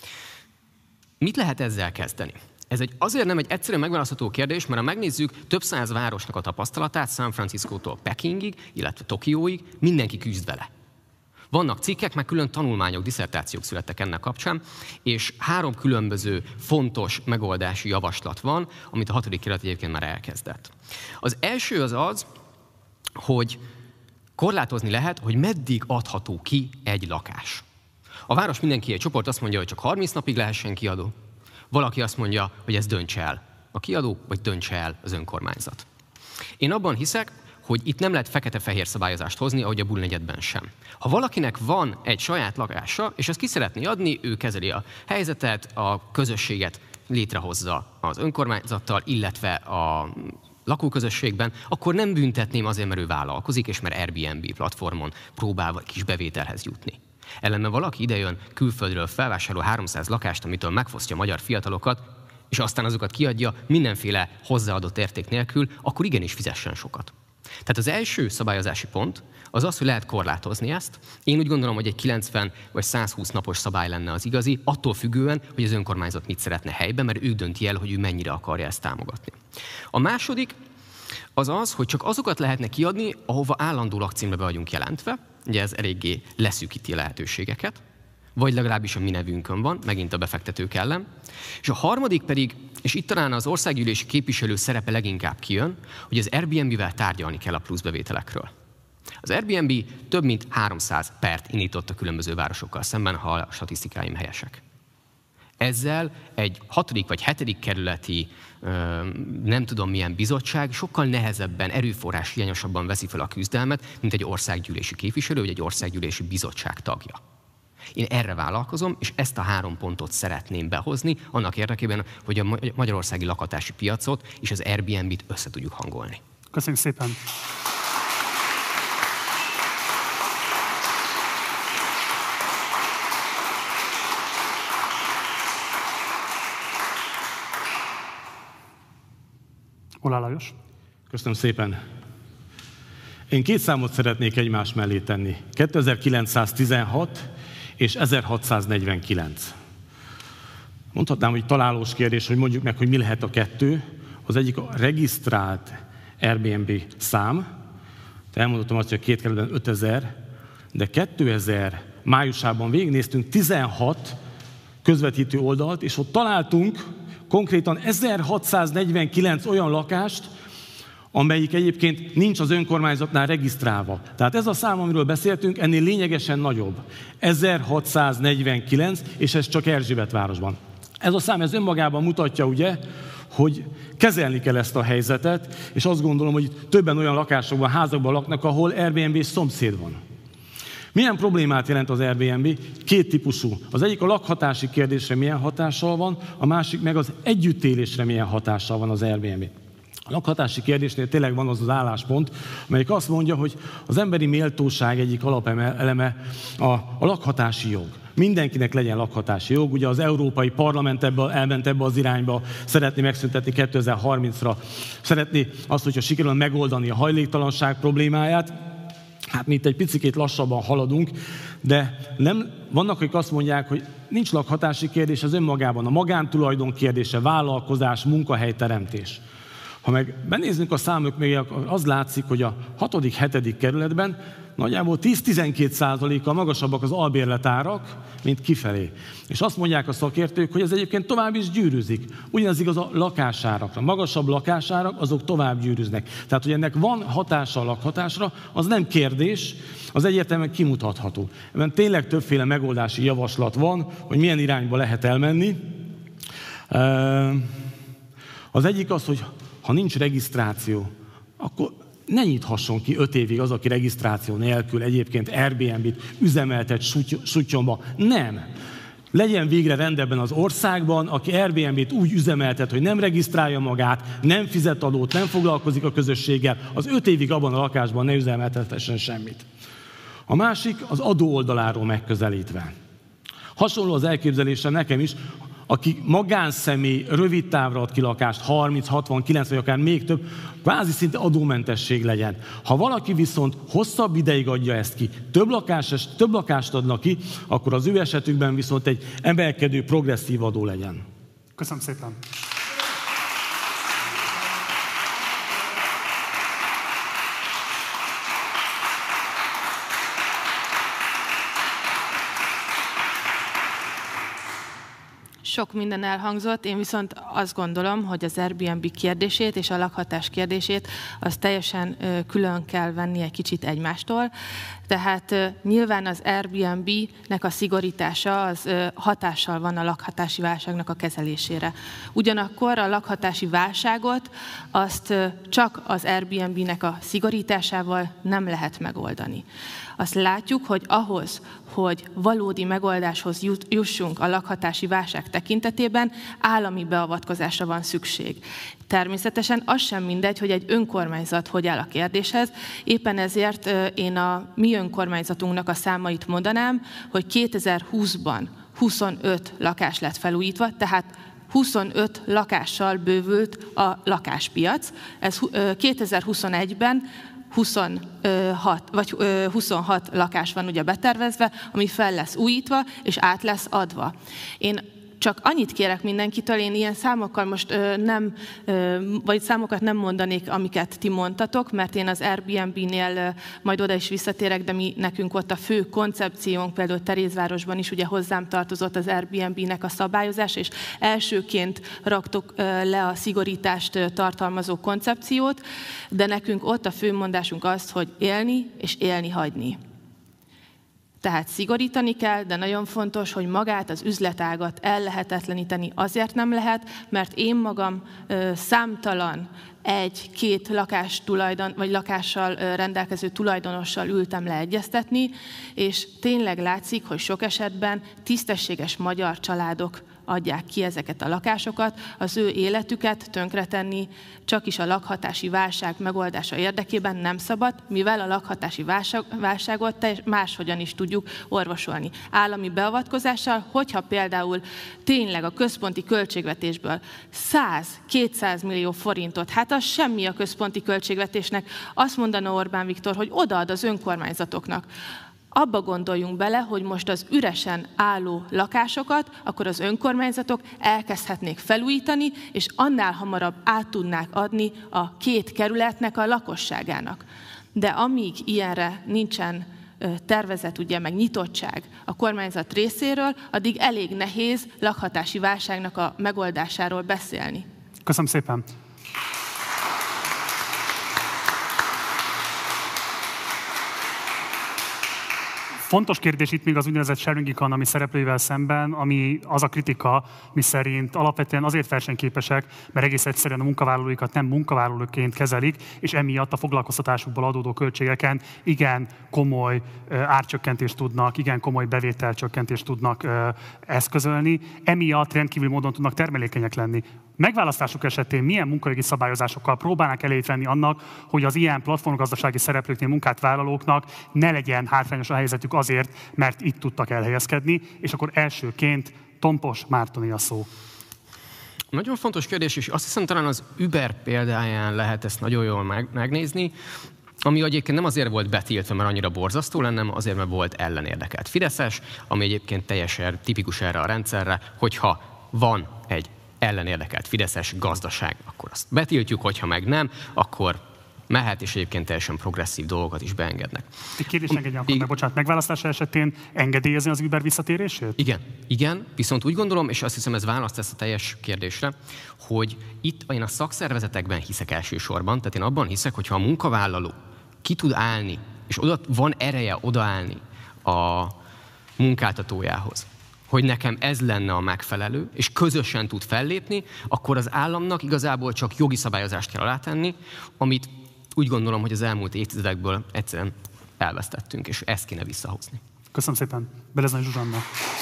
Mit lehet ezzel kezdeni? Ez azért nem egy egyszerűen megválasztható kérdés, mert ha megnézzük több száz városnak a tapasztalatát, San Franciscótól Pekingig, illetve Tokióig, mindenki küzd vele. Vannak cikkek, meg külön tanulmányok, disszertációk születtek ennek kapcsán, és 3 különböző fontos megoldási javaslat van, amit a 6. kerület egyébként már elkezdett. Az első az, hogy korlátozni lehet, hogy meddig adható ki egy lakás. A város mindenki, egy csoport azt mondja, hogy csak 30 napig lehessen kiadó. Valaki azt mondja, hogy ez döntse el a kiadó, vagy döntse el az önkormányzat. Én abban hiszek, hogy itt nem lehet fekete-fehér szabályozást hozni, ahogy a Bullnegyedben sem. Ha valakinek van egy saját lakása, és ezt ki szeretné adni, ő kezeli a helyzetet, a közösséget létrehozza az önkormányzattal, illetve a lakóközösségben, akkor nem büntetném azért, mert ő vállalkozik, és mert Airbnb platformon próbál kis bevételhez jutni. Ellenben valaki idejön külföldről, felvásárol 300 lakást, amitől megfosztja magyar fiatalokat, és aztán azokat kiadja mindenféle hozzáadott érték nélkül, akkor igenis fizessen sokat. Tehát az első szabályozási pont az az, hogy lehet korlátozni ezt. Én úgy gondolom, hogy egy 90 vagy 120 napos szabály lenne az igazi, attól függően, hogy az önkormányzat mit szeretne helyben, mert ő dönti el, hogy ő mennyire akarja ezt támogatni. A második az, hogy csak azokat lehetne kiadni, ahova állandó lakcímbe be vagyunk jelentve, ugye ez eléggé leszűkíti a lehetőségeket, vagy legalábbis a mi nevünkön van, megint a befektetők ellen. És a harmadik pedig, és itt talán az országgyűlési képviselő szerepe leginkább kijön, hogy az Airbnb-vel tárgyalni kell a pluszbevételekről. Az Airbnb több mint 300 pert indított a különböző városokkal szemben, ha a statisztikáim helyesek. Ezzel egy 6. vagy 7. kerületi nem tudom milyen bizottság sokkal nehezebben, erőforrás hiányosabban veszi fel a küzdelmet, mint egy országgyűlési képviselő, vagy egy országgyűlési bizottság tagja. Én erre vállalkozom, és ezt a 3 pontot szeretném behozni, annak érdekében, hogy a magyarországi lakhatási piacot és az Airbnb-t össze tudjuk hangolni. Köszönjük szépen! Olah Lajos. Köszönöm szépen. Én 2 számot szeretnék egymás mellé tenni. 2916 és 1649. Mondhatnám, hogy találós kérdés, hogy mondjuk meg, hogy mi lehet a 2. Az egyik a regisztrált Airbnb szám. Elmondottam azt, hogy a 2 kerületben 5000, de 2000 májusában végignéztünk 16 közvetítő oldalt, és ott találtunk konkrétan 1649 olyan lakást, amelyik egyébként nincs az önkormányzatnál regisztrálva. Tehát ez a szám, amiről beszéltünk, ennél lényegesen nagyobb. 1649, és ez csak Erzsébetvárosban. Ez a szám ez önmagában mutatja, ugye, hogy kezelni kell ezt a helyzetet, és azt gondolom, hogy többen olyan lakásokban, házakban laknak, ahol Airbnb szomszéd van. Milyen problémát jelent az Airbnb? 2 típusú. Az egyik a lakhatási kérdésre milyen hatással van, a másik meg az együttélésre milyen hatással van az Airbnb. A lakhatási kérdésnél tényleg van az álláspont, amelyik azt mondja, hogy az emberi méltóság egyik alapeleme a lakhatási jog. Mindenkinek legyen lakhatási jog. Ugye az Európai Parlament elment ebbe az irányba, szeretné megszüntetni 2030-ra, szeretné azt, hogyha sikerül megoldani a hajléktalanság problémáját. Hát mi itt egy picikét lassabban haladunk, de nem, vannak, akik azt mondják, hogy nincs lakhatási kérdés, az önmagában a magántulajdon kérdése, vállalkozás, munkahelyteremtés. Ha meg benézzünk a számok mögé, akkor az látszik, hogy a 6.-7. kerületben nagyjából 10-12%-kal magasabbak az albérletárak, mint kifelé. És azt mondják a szakértők, hogy ez egyébként tovább is gyűrűzik. Ugyanez igaz a lakásárakra. Magasabb lakásárak, azok tovább gyűrűznek. Tehát, hogy ennek van hatása a lakhatásra, az nem kérdés, az egyértelműen kimutatható. Ebben tényleg többféle megoldási javaslat van, hogy milyen irányba lehet elmenni. Az egyik az, hogy ha nincs regisztráció, akkor ne nyithasson ki 5 évig az, aki regisztráció nélkül egyébként Airbnb-t üzemeltet Suttyonba. Nem. Legyen végre rendben az országban, aki Airbnb-t úgy üzemeltet, hogy nem regisztrálja magát, nem fizet adót, nem foglalkozik a közösséggel, az 5 évig abban a lakásban ne üzemeltethessen semmit. A másik az adó oldaláról megközelítve. Hasonló az elképzelésem nekem is, aki magánszemély rövid távra ad ki lakást, 30, 60, 90 vagy akár még több, kvázi szinte adómentesség legyen. Ha valaki viszont hosszabb ideig adja ezt ki, több lakást adnak ki, akkor az ő esetükben viszont egy emelkedő, progresszív adó legyen. Köszönöm szépen! Sok minden elhangzott, én viszont azt gondolom, hogy az Airbnb kérdését és a lakhatás kérdését az teljesen külön kell venni egy kicsit egymástól. Tehát nyilván az Airbnb-nek a szigorítása az hatással van a lakhatási válságnak a kezelésére. Ugyanakkor a lakhatási válságot azt csak az Airbnb-nek a szigorításával nem lehet megoldani. Azt látjuk, hogy ahhoz, hogy valódi megoldáshoz jussunk a lakhatási válság tekintetében, állami beavatkozásra van szükség. Természetesen az sem mindegy, hogy egy önkormányzat hogy áll a kérdéshez. Éppen ezért én a mi önkormányzatunknak a számait mondanám, hogy 2020-ban 25 lakás lett felújítva, tehát 25 lakással bővült a lakáspiac. Ez 2021-ben 26 lakás van ugye betervezve, ami fel lesz újítva, és át lesz adva. Én csak annyit kérek mindenkitől, én ilyen számokkal most számokat nem mondanék, amiket ti mondtatok, mert én az Airbnb-nél majd oda is visszatérek, de nekünk ott a fő koncepciónk, például Terézvárosban is ugye hozzám tartozott az Airbnb-nek a szabályozása, és elsőként raktok le a szigorítást tartalmazó koncepciót, de nekünk ott a fő mondásunk az, hogy élni és élni hagyni. Tehát szigorítani kell, de nagyon fontos, hogy magát az üzletágat ellehetetleníteni azért nem lehet, mert én magam számtalan egy-két lakással rendelkező tulajdonossal ültem le egyeztetni, és tényleg látszik, hogy sok esetben tisztességes magyar családok adják ki ezeket a lakásokat, az ő életüket tönkretenni csak is a lakhatási válság megoldása érdekében nem szabad, mivel a lakhatási válságot máshogyan is tudjuk orvosolni. Állami beavatkozással, hogyha például tényleg a központi költségvetésből 100-200 millió forintot, hát az semmi a központi költségvetésnek, azt mondana Orbán Viktor, hogy odaad az önkormányzatoknak. Abba gondoljunk bele, hogy most az üresen álló lakásokat, akkor az önkormányzatok elkezdhetnék felújítani, és annál hamarabb át tudnák adni a két kerületnek a lakosságának. De amíg ilyenre nincsen tervezet, ugye, meg nyitottság a kormányzat részéről, addig elég nehéz lakhatási válságnak a megoldásáról beszélni. Köszönöm szépen! Fontos kérdés itt még az úgynevezett sharing economy szereplőivel szemben, ami az a kritika, miszerint alapvetően azért versenyképesek, mert egész egyszerűen a munkavállalóikat nem munkavállalóként kezelik, és emiatt a foglalkoztatásukból adódó költségeken igen komoly árcsökkentést tudnak, igen komoly bevételcsökkentést tudnak eszközölni, emiatt rendkívül módon tudnak termelékenyek lenni. Megválasztásuk esetén milyen munkajogi szabályozásokkal próbálnak elét venni annak, hogy az ilyen platformgazdasági szereplőknél munkát vállalóknak ne legyen hátrányos a helyzetük azért, mert itt tudtak elhelyezkedni, és akkor elsőként Tompos Mártoni a szó. Nagyon fontos kérdés, és azt hiszem talán az Uber példáján lehet ezt nagyon jól megnézni, ami egyébként nem azért volt betiltva, mert annyira borzasztó lenne, hanem azért, mert volt ellenérdekelt fideszes, ami egyébként teljesen tipikus erre a rendszerre, hogyha van egy ellenérdekelt fideszes gazdaság, akkor azt betiltjuk, hogyha meg nem, akkor mehet, és egyébként teljesen progresszív dolgokat is beengednek. Egy kérdés engedjen akkor meg, bocsánat, megválasztása esetén engedélyezni az Uber visszatérését? Igen, viszont úgy gondolom, és azt hiszem ez választ ezt a teljes kérdésre, hogy itt én a szakszervezetekben hiszek elsősorban, tehát én abban hiszek, hogyha a munkavállaló ki tud állni, és oda van ereje odaállni a munkáltatójához, hogy nekem ez lenne a megfelelő, és közösen tud fellépni, akkor az államnak igazából csak jogi szabályozást kell alátenni, amit úgy gondolom, hogy az elmúlt évtizedekből egyszerűen elvesztettünk, és ezt kéne visszahozni. Köszönöm szépen. Beleznai Zsuzsanna.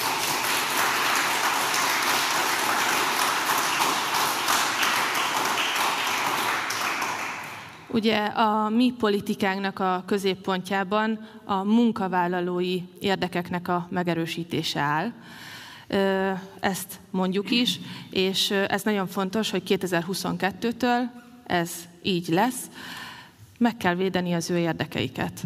Ugye a mi politikánknak a középpontjában a munkavállalói érdekeknek a megerősítése áll. Ezt mondjuk is, és ez nagyon fontos, hogy 2022-től ez így lesz. Meg kell védeni az ő érdekeiket.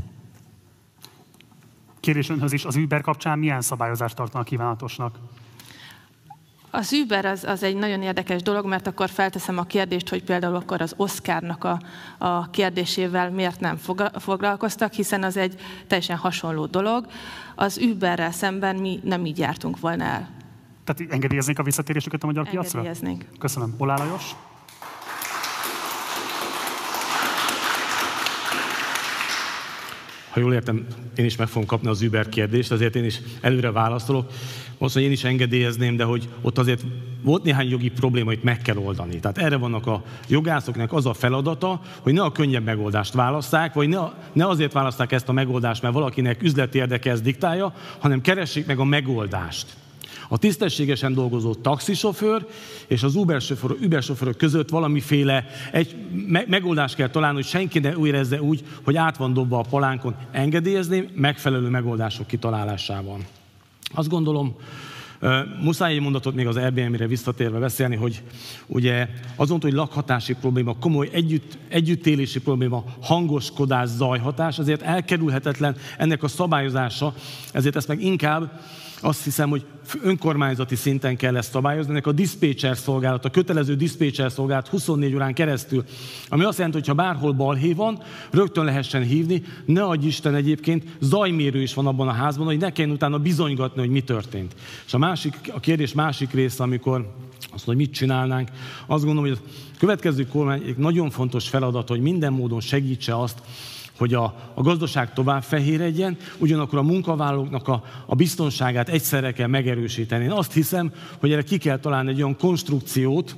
Kérdés önhöz is, az Uber kapcsán milyen szabályozást tartanak kívánatosnak? Az Uber az egy nagyon érdekes dolog, mert akkor felteszem a kérdést, hogy például akkor az Oscarnak a kérdésével miért nem foglalkoztak, hiszen az egy teljesen hasonló dolog. Az Uberrel szemben mi nem így jártunk volna el. Tehát engedélyeznék a visszatérésüket a magyar piacra? Engedélyeznénk. Köszönöm. Oláh Lajos? Ha jól értem, én is meg fogom kapni az Uber kérdést, azért én is előre válaszolok. Most, hogy én is engedélyezném, de hogy ott azért volt néhány jogi probléma, amit meg kell oldani. Tehát erre vannak a jogászoknak az a feladata, hogy ne a könnyebb megoldást válasszák, vagy ne azért választák ezt a megoldást, mert valakinek üzleti érdeke ezt diktálja, hanem keressék meg a megoldást. A tisztességesen dolgozó taxisofőr és az Uber sofőrök között valamiféle megoldást kell találni, hogy senki ne érezze úgy, hogy át van dobva a palánkon. Engedélyezni megfelelő megoldások kitalálásával. Azt gondolom, muszáj egy mondatot még az Airbnb-re visszatérve beszélni, hogy ugye azon, hogy lakhatási probléma, komoly együttélési probléma, hangoskodás, zajhatás, azért elkerülhetetlen ennek a szabályozása, ezért ezt meg inkább azt hiszem, hogy önkormányzati szinten kell ezt szabályozni, ennek a diszpécser szolgálat, a kötelező diszpécser szolgálat 24 órán keresztül, ami azt jelenti, hogy ha bárhol balhé van, rögtön lehessen hívni, ne adj Isten egyébként, zajmérő is van abban a házban, hogy ne kelljen utána bizonygatni, hogy mi történt. És a kérdés másik része, amikor azt, hogy mit csinálnánk, azt gondolom, hogy a következő kormány egy nagyon fontos feladat, hogy minden módon segítse azt, hogy a gazdaság tovább fehéredjen, ugyanakkor a munkavállalóknak a biztonságát egyszerre kell megerősíteni. Én azt hiszem, hogy erre ki kell találni egy olyan konstrukciót,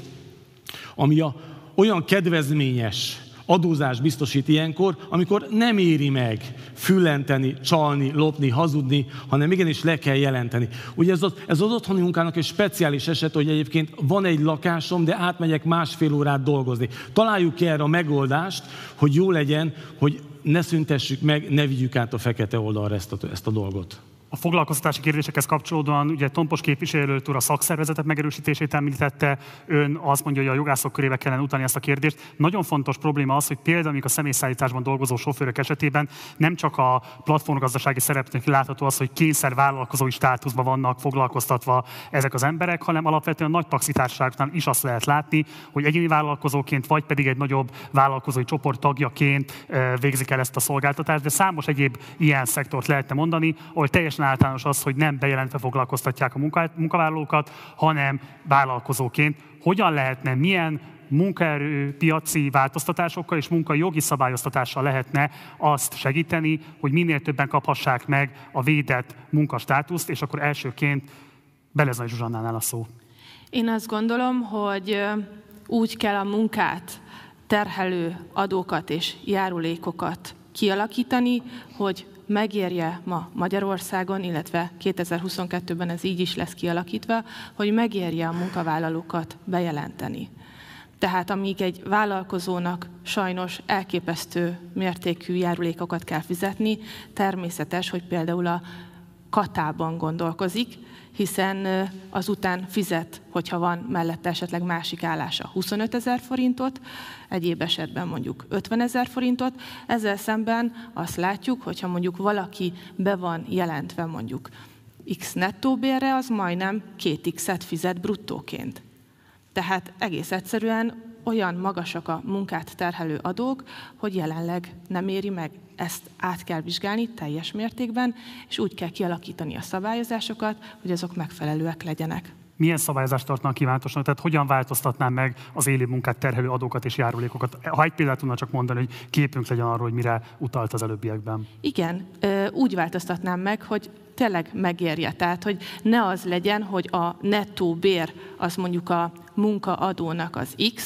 ami olyan kedvezményes adózást biztosít ilyenkor, amikor nem éri meg füllenteni, csalni, lopni, hazudni, hanem igenis le kell jelenteni. Ugye ez az otthoni munkának egy speciális eset, hogy egyébként van egy lakásom, de átmegyek 1,5 órát dolgozni. Találjuk ki erre a megoldást, hogy jó legyen, hogy ne szüntessük meg, ne vigyük át a fekete oldalra ezt a dolgot. A foglalkoztatási kérdésekhez kapcsolódóan ugye Tompos képviselőt úr a szakszervezetek megerősítését említette, ön azt mondja, hogy a jogászok körébe kellene utalni ezt a kérdést. Nagyon fontos probléma az, hogy például a személyszállításban dolgozó sofőrök esetében nem csak a platformgazdasági szereplőknek látható az, hogy kényszervállalkozói státuszban vannak foglalkoztatva ezek az emberek, hanem alapvetően a nagy taxitársaságnál is azt lehet látni, hogy egyéni vállalkozóként, vagy pedig egy nagyobb vállalkozói csoport tagjaként végzik el ezt a szolgáltatást, de számos egyéb ilyen szektort lehetne mondani, ahol teljesen általános az, hogy nem bejelentve foglalkoztatják a munkavállalókat, hanem vállalkozóként. Hogyan lehetne, milyen munkaerőpiaci változtatásokkal és munkajogi szabályoztatással lehetne azt segíteni, hogy minél többen kaphassák meg a védett munkastátuszt, és akkor elsőként Beleznai Zsuzsannánál a szó. Én azt gondolom, hogy úgy kell a munkát, terhelő adókat és járulékokat kialakítani, hogy megérje ma Magyarországon, illetve 2022-ben ez így is lesz kialakítva, hogy megérje a munkavállalókat bejelenteni. Tehát amíg egy vállalkozónak sajnos elképesztő mértékű járulékokat kell fizetni, természetes, hogy például a katában gondolkozik, hiszen azután fizet, hogyha van mellette esetleg másik állása 25 000 forintot, egyéb esetben mondjuk 50 000 forintot. Ezzel szemben azt látjuk, hogyha mondjuk valaki be van jelentve mondjuk X nettó bérre, az majdnem 2x-et fizet bruttóként. Tehát egész egyszerűen olyan magasak a munkát terhelő adók, hogy jelenleg nem éri meg. Ezt át kell vizsgálni teljes mértékben, és úgy kell kialakítani a szabályozásokat, hogy azok megfelelőek legyenek. Milyen szabályozást tartanak kívánatosnak? Tehát hogyan változtatnám meg az élő munkát terhelő adókat és járulékokat? Ha egy példát tudna csak mondani, hogy képünk legyen arról, hogy mire utalt az előbbiekben. Igen, úgy változtatnám meg, hogy tényleg megérje. Tehát, hogy ne az legyen, hogy a nettó bér az mondjuk a munkaadónak az X,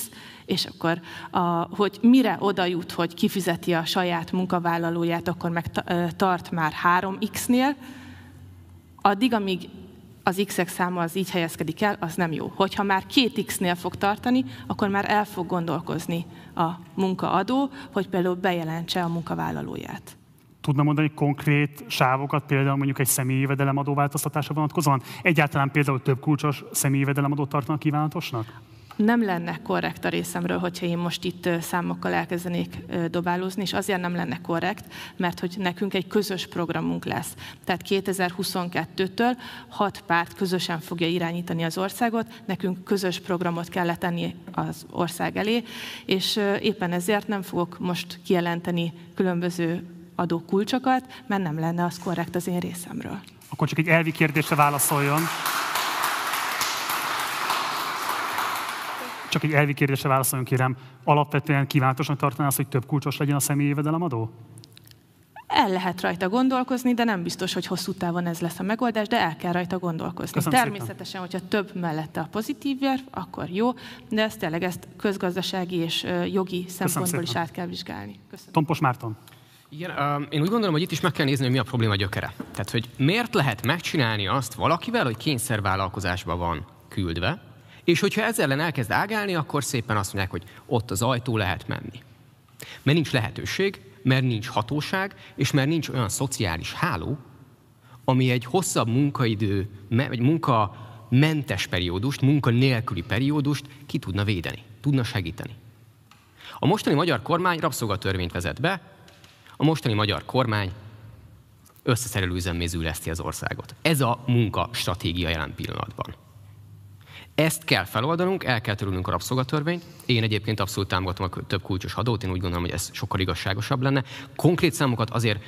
És akkor, hogy mire oda jut, hogy kifizeti a saját munkavállalóját, akkor meg tart már 3x-nél, addig, amíg az x-ek száma az így helyezkedik el, az nem jó. Hogyha már 2x-nél fog tartani, akkor már el fog gondolkozni a munkaadó, hogy például bejelentse a munkavállalóját. Tudna mondani konkrét sávokat, például mondjuk egy személyi jövedelemadó változtatása vonatkozóan? Egyáltalán például több kulcsos személyi jövedelemadót tartanak kívánatosnak? Nem lenne korrekt a részemről, hogyha én most itt számokkal elkezdenék dobálózni, és azért nem lenne korrekt, mert hogy nekünk egy közös programunk lesz. Tehát 2022-től 6 párt közösen fogja irányítani az országot, nekünk közös programot kell letenni az ország elé, és éppen ezért nem fogok most kijelenteni különböző adókulcsokat, mert nem lenne az korrekt az én részemről. Akkor csak egy elvi kérdésre válaszoljon. Csak egy elvi kérdésre válaszoljon, kérem. Alapvetően kívánatosnak tartaná azt, hogy több kulcsos legyen a személyi jövedelemadó? El lehet rajta gondolkozni, de nem biztos, hogy hosszú távon ez lesz a megoldás, de el kell rajta gondolkozni. Köszönöm Természetesen, szépen. Hogyha több mellette a pozitív érv, akkor jó, de ezt közgazdasági és jogi szempontból is át kell vizsgálni. Köszönöm. Tompos Márton. Igen, én úgy gondolom, hogy itt is meg kell nézni, hogy mi a probléma gyökere. Tehát, hogy miért lehet megcsinálni azt valakivel, hogy kényszervállalkozásba van küldve, és hogyha ezzel ellen elkezd ágálni, akkor szépen azt mondják, hogy ott az ajtó, lehet menni. Mert nincs lehetőség, mert nincs hatóság, és mert nincs olyan szociális háló, ami egy hosszabb munkaidő, egy munkamentes periódust, munkanélküli periódust ki tudna védeni, tudna segíteni. A mostani magyar kormány rabszolgatörvényt vezet be, a mostani magyar kormány összeszerelő üzemmézül leszti az országot. Ez a munkastratégia jelen pillanatban. Ezt kell feloldanunk, el kell törülnünk a rabszolgatörvényt. Én egyébként abszolút támogatom a több kulcsos adót, én úgy gondolom, hogy ez sokkal igazságosabb lenne. Konkrét számokat azért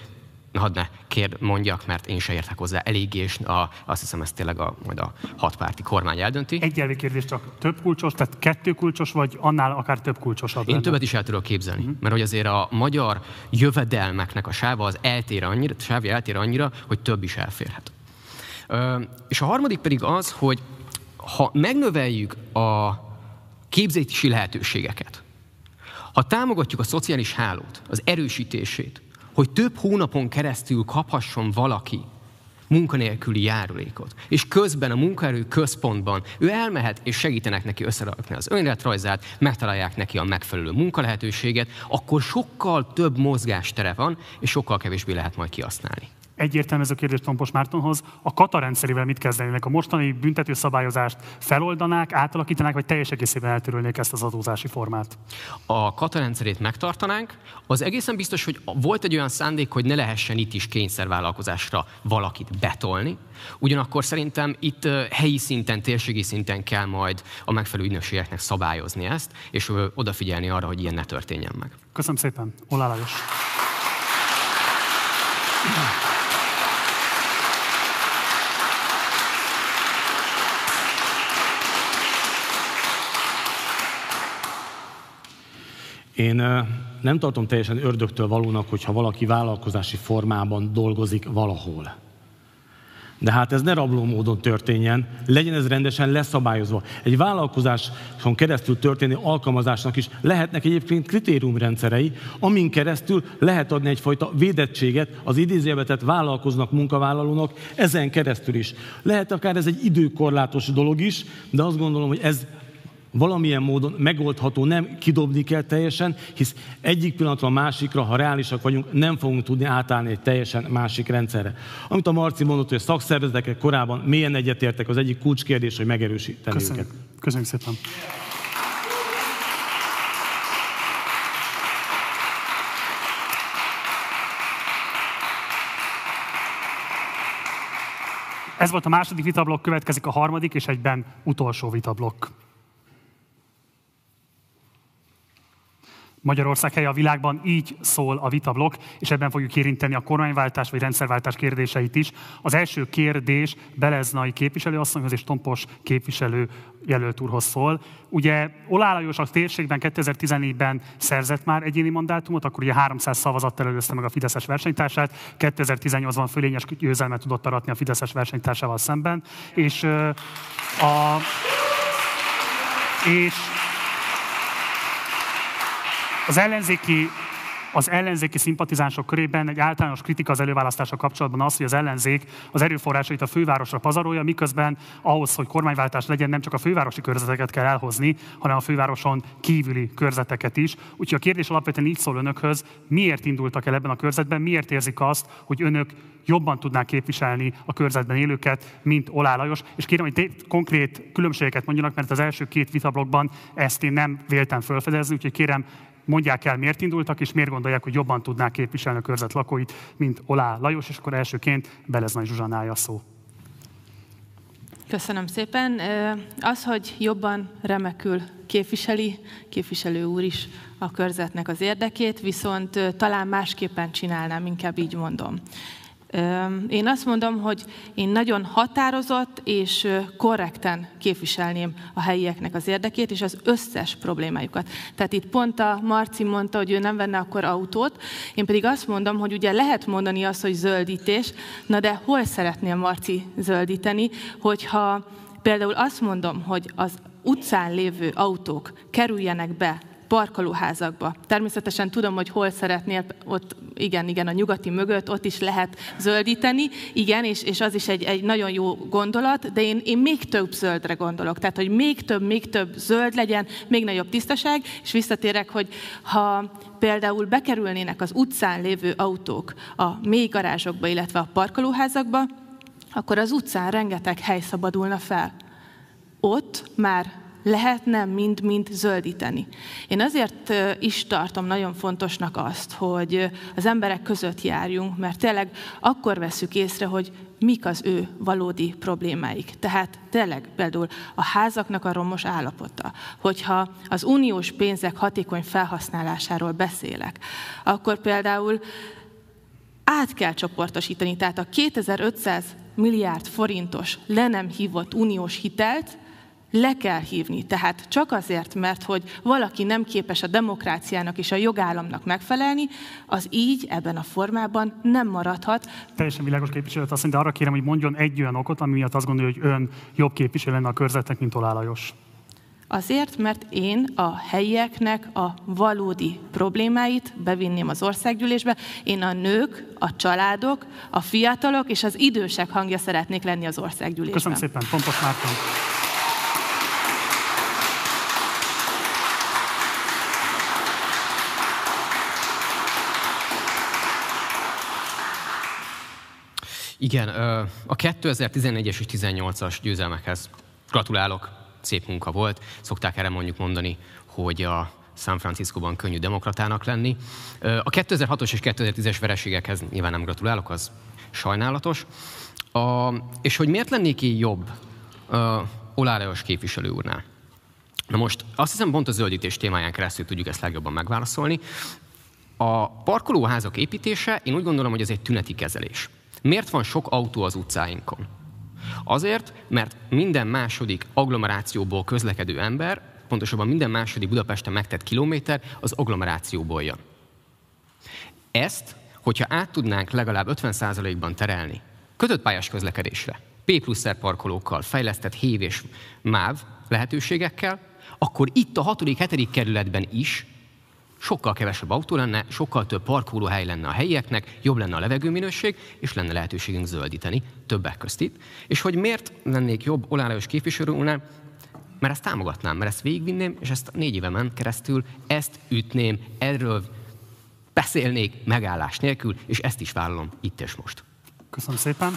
mondjak, mert én se értek hozzá eléggé, és azt hiszem, ezt tényleg majd a 6 párti kormány eldönti. Egy elvi kérdés, csak több kulcsos, tehát 2 kulcsos, vagy annál akár több kulcsos adó? Én többet is el tudok képzelni, mert hogy azért a magyar jövedelmeknek a sáva az eltér annyira, hogy több is elférhet. És a harmadik pedig az, hogy ha megnöveljük a képzési lehetőségeket, ha támogatjuk a szociális hálót, az erősítését, hogy több hónapon keresztül kaphasson valaki munkanélküli járulékot, és közben a munkaerő központban ő elmehet, és segítenek neki összerakni az önéletrajzát, megtalálják neki a megfelelő munkalehetőséget, akkor sokkal több mozgástere van, és sokkal kevésbé lehet majd kihasználni. Egyértelmű ez a kérdés Tompos Mártonhoz. A kata rendszerével mit kezdenének? A mostani büntetőszabályozást feloldanák, átalakítanák, vagy teljes egészében eltörölnék ezt az adózási formát? A kata rendszerét megtartanánk. Az egészen biztos, hogy volt egy olyan szándék, hogy ne lehessen itt is kényszervállalkozásra valakit betolni. Ugyanakkor szerintem itt helyi szinten, térségi szinten kell majd a megfelelő ügynökségeknek szabályozni ezt, és odafigyelni arra, hogy ilyen ne történjen meg. Köszönöm szépen. Ollán Lajos. Én nem tartom teljesen ördögtől valónak, hogyha valaki vállalkozási formában dolgozik valahol. De hát ez ne rabló módon történjen, legyen ez rendesen leszabályozva. Egy vállalkozáson keresztül történő alkalmazásnak is lehetnek egyébként kritériumrendszerei, amin keresztül lehet adni egyfajta védettséget az idézőjelbe tett vállalkoznak, munkavállalónak, ezen keresztül is. Lehet akár ez egy időkorlátos dolog is, de azt gondolom, hogy ez valamilyen módon megoldható, nem kidobni kell teljesen, hisz egyik pillanatra a másikra, ha reálisak vagyunk, nem fogunk tudni átállni egy teljesen másik rendszerre. Amit a Marci mondott, hogy a szakszervezetek korábban mélyen egyetértek, az egyik kulcskérdés, hogy megerősíteni őket. Köszönjük szépen. Ez volt a második vitablokk, következik a harmadik és egyben utolsó vitablokk. Magyarország helye a világban, így szól a vitablokk, és ebben fogjuk érinteni a kormányváltás vagy rendszerváltás kérdéseit is. Az első kérdés Beleznai képviselőasszonyhoz és Tompos képviselő jelölt úrhoz szól. Ugye Ollán Lajos a térségben 2014-ben szerzett már egyéni mandátumot, akkor ugye 300 szavazattal előzte meg a fideszes versenytársát, 2018-ban fölényes győzelmet tudott aratni a fideszes versenytársával szemben, Az ellenzéki szimpatizánsok körében egy általános kritika az előválasztással kapcsolatban az, hogy az ellenzék az erőforrásait a fővárosra pazarolja, miközben ahhoz, hogy kormányváltás legyen, nem csak a fővárosi körzeteket kell elhozni, hanem a fővároson kívüli körzeteket is. Úgyhogy a kérdés alapvetően így szól önökhöz, miért indultak el ebben a körzetben, miért érzik azt, hogy önök jobban tudnák képviselni a körzetben élőket, mint Oláh Lajos. És kérem, hogy konkrét különbségeket mondjanak, mert az első két vitablokkban ezt én nem véltem felfedezni, úgyhogy kérem, mondják el, miért indultak, és miért gondolják, hogy jobban tudnák képviselni a körzet lakóit, mint Oláh Lajos, és akkor elsőként Beleznay Zsuzsannája a szó. Köszönöm szépen. Az, hogy jobban remekül képviselő úr is a körzetnek az érdekét, viszont talán másképpen csinálnám, inkább így mondom. Én azt mondom, hogy én nagyon határozott és korrekten képviselném a helyieknek az érdekét és az összes problémájukat. Tehát itt pont a Marci mondta, hogy ő nem venne akkor autót, én pedig azt mondom, hogy ugye lehet mondani azt, hogy zöldítés, na de hol szeretnél Marci zöldíteni, hogyha például azt mondom, hogy az utcán lévő autók kerüljenek be parkolóházakba. Természetesen tudom, hogy hol szeretnél, ott igen, a nyugati mögött, ott is lehet zöldíteni, igen, és az is egy nagyon jó gondolat, de én még több zöldre gondolok, tehát, hogy még több zöld legyen, még nagyobb tisztaság, és visszatérek, hogy ha például bekerülnének az utcán lévő autók a mély garázsokba, illetve a parkolóházakba, akkor az utcán rengeteg hely szabadulna fel. Ott már lehetne mind zöldíteni. Én azért is tartom nagyon fontosnak azt, hogy az emberek között járjunk, mert tényleg akkor vesszük észre, hogy mik az ő valódi problémáik. Tehát tényleg például a házaknak a romos állapota. Hogyha az uniós pénzek hatékony felhasználásáról beszélek, akkor például át kell csoportosítani, tehát a 2500 milliárd forintos le nem hívott uniós hitelt le kell hívni. Tehát csak azért, mert hogy valaki nem képes a demokráciának és a jogállamnak megfelelni, az így, ebben a formában nem maradhat. Teljesen világos képviselőt, azt mondja, arra kérem, hogy mondjon egy olyan okot, ami miatt azt gondolja, hogy ön jobb képviselő lenne a körzetnek, mint Oláh Lajos. Azért, mert én a helyieknek a valódi problémáit bevinném az országgyűlésbe. Én a nők, a családok, a fiatalok és az idősek hangja szeretnék lenni az országgyűlésben. Köszönöm szépen, Pompos Márton. Igen, a 2014-es és 18-as győzelmekhez gratulálok, szép munka volt. Szokták erre mondjuk mondani, hogy a San Franciscóban könnyű demokratának lenni. A 2006-os és 2010-es vereségekhez nyilván nem gratulálok, az sajnálatos. És hogy miért lennék én jobb Oláh Lajos képviselő úrnál? Na most azt hiszem, pont a zöldítés témáján keresztül tudjuk ezt legjobban megválaszolni. A parkolóházak építése, én úgy gondolom, hogy ez egy tüneti kezelés. Miért van sok autó az utcáinkon? Azért, mert minden második agglomerációból közlekedő ember, pontosabban minden második Budapesten megtett kilométer az agglomerációból jön. Ezt, hogyha át tudnánk legalább 50%-ban terelni kötött pályás közlekedésre, P+R parkolókkal, fejlesztett hév és MÁV lehetőségekkel, akkor itt a 6.-7. kerületben is sokkal kevesebb autó lenne, sokkal több parkolóhely lenne a helyieknek, jobb lenne a levegőminőség, és lenne lehetőségünk zöldíteni, többek közt itt. És hogy miért lennék jobb Oláh Lajos képviselő úrnál? Mert ezt támogatnám, mert ezt végigvinném, és ezt 4 évemen keresztül ezt ütném, erről beszélnék megállás nélkül, és ezt is vállalom itt és most. Köszönöm szépen.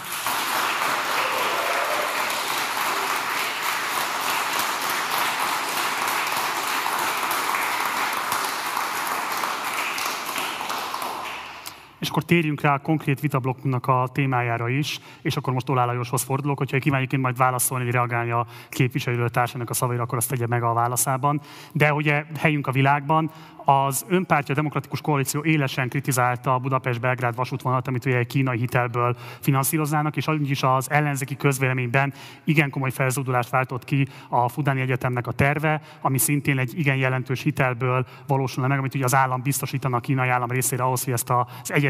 És akkor térjünk rá a konkrét vitablokknak a témájára is, és akkor most Oláh Lajoshoz fordulok, hogyha kívánjuk majd válaszolni, vagy reagálni a képviselőtársának a szavaira, akkor azt tegye meg a válaszában. De ugye helyünk a világban, az önpártja, a Demokratikus Koalíció élesen kritizálta a Budapest-Belgrád vasútvonalat, amit ugye egy kínai hitelből finanszíroznának, és is az ellenzéki közvéleményben igen komoly felzódulást váltott ki a Fudáni Egyetemnek a terve, ami szintén egy igen jelentős hitelből valósulna meg, amit ugye az állam biztosítana a kínai állam részére ahhoz, hogy ezt az egyetemet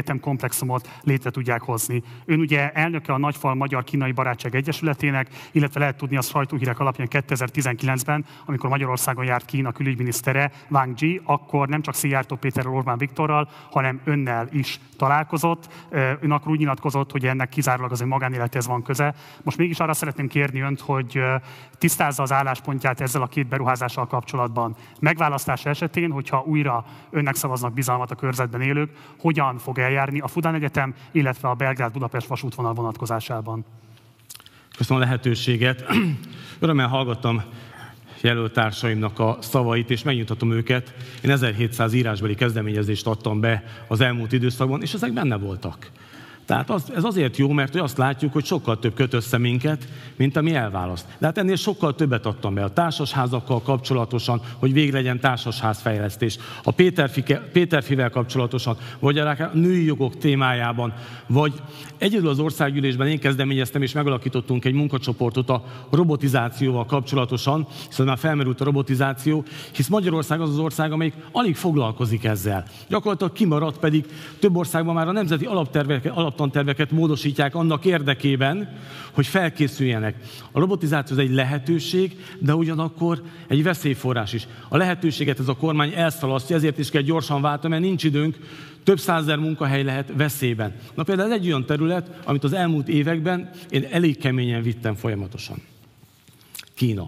egyetem komplexumot létre tudják hozni. Ön ugye elnöke a Nagyfal Magyar-Kínai Barátság Egyesületének, illetve lehet tudni a sajtóhírek alapján 2019-ben, amikor Magyarországon járt Kína külügyminisztere Wang Yi, akkor nem csak Szijjártó Péterrel, Orbán Viktorral, hanem önnel is találkozott. Ön akkor úgy nyilatkozott, hogy ennek kizárólag az ön magánélethez van köze. Most mégis arra szeretném kérni önt, hogy tisztázza az álláspontját ezzel a két beruházással kapcsolatban. Megválasztása esetén, hogyha újra önnek szavaznak bizalmat a körzetben élők, hogyan fog eljárni a Fudan Egyetem, illetve a Belgrád-Budapest vasútvonal vonatkozásában? Köszönöm a lehetőséget. Örömmel hallgattam jelöltársaimnak a szavait, és megnyugtatom őket. Én 1700 írásbeli kezdeményezést adtam be az elmúlt időszakban, és ezek benne voltak. Tehát ez azért jó, mert azt látjuk, hogy sokkal több köt össze minket, mint ami elválaszt. De hát ennél sokkal többet adtam be a társasházakkal kapcsolatosan, hogy végre legyen társasházfejlesztés. A Péterfivel kapcsolatosan, vagy a női jogok témájában, vagy egyedül az országgyűlésben én kezdeményeztem, és megalakítottunk egy munkacsoportot a robotizációval kapcsolatosan, hiszen már felmerült a robotizáció, hisz Magyarország az az ország, amelyik alig foglalkozik ezzel. Gyakorlatilag kimaradt, pedig több országban már a nemzeti alaptanterveket módosítják annak érdekében, hogy felkészüljenek. A robotizáció egy lehetőség, de ugyanakkor egy veszélyforrás is. A lehetőséget ez a kormány elszalasztja, ezért is kell gyorsan váltani, mert nincs időnk, több százezer munkahely lehet veszélyben. Na például ez egy olyan terület, amit az elmúlt években én elég keményen vittem folyamatosan. Kína.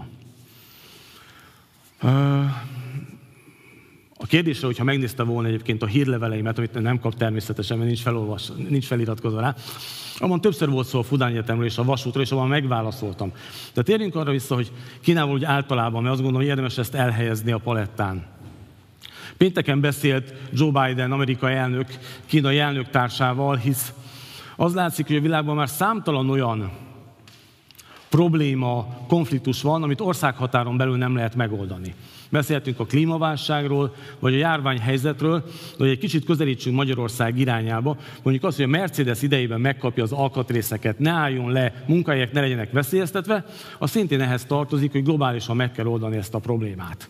A kérdésre, hogyha megnézte volna egyébként a hírleveleimet, amit nem kap természetesen, mert nincs feliratkozva rá, abban többször volt szó a Fudan Egyetemről és a vasútról, és abban megválaszoltam. De térjünk arra vissza, hogy Kínával úgy általában, mert azt gondolom, hogy érdemes ezt elhelyezni a palettán. Pénteken beszélt Joe Biden, amerikai elnök, kínai elnöktársával, hisz az látszik, hogy a világban már számtalan olyan probléma, konfliktus van, amit országhatáron belül nem lehet megoldani. Beszéltünk a klímaválságról, vagy a járványhelyzetről, de hogy egy kicsit közelítsünk Magyarország irányába, mondjuk azt, hogy a Mercedes idejében megkapja az alkatrészeket, ne álljon le, munkahelyek ne legyenek veszélyeztetve, az szintén ehhez tartozik, hogy globálisan meg kell oldani ezt a problémát.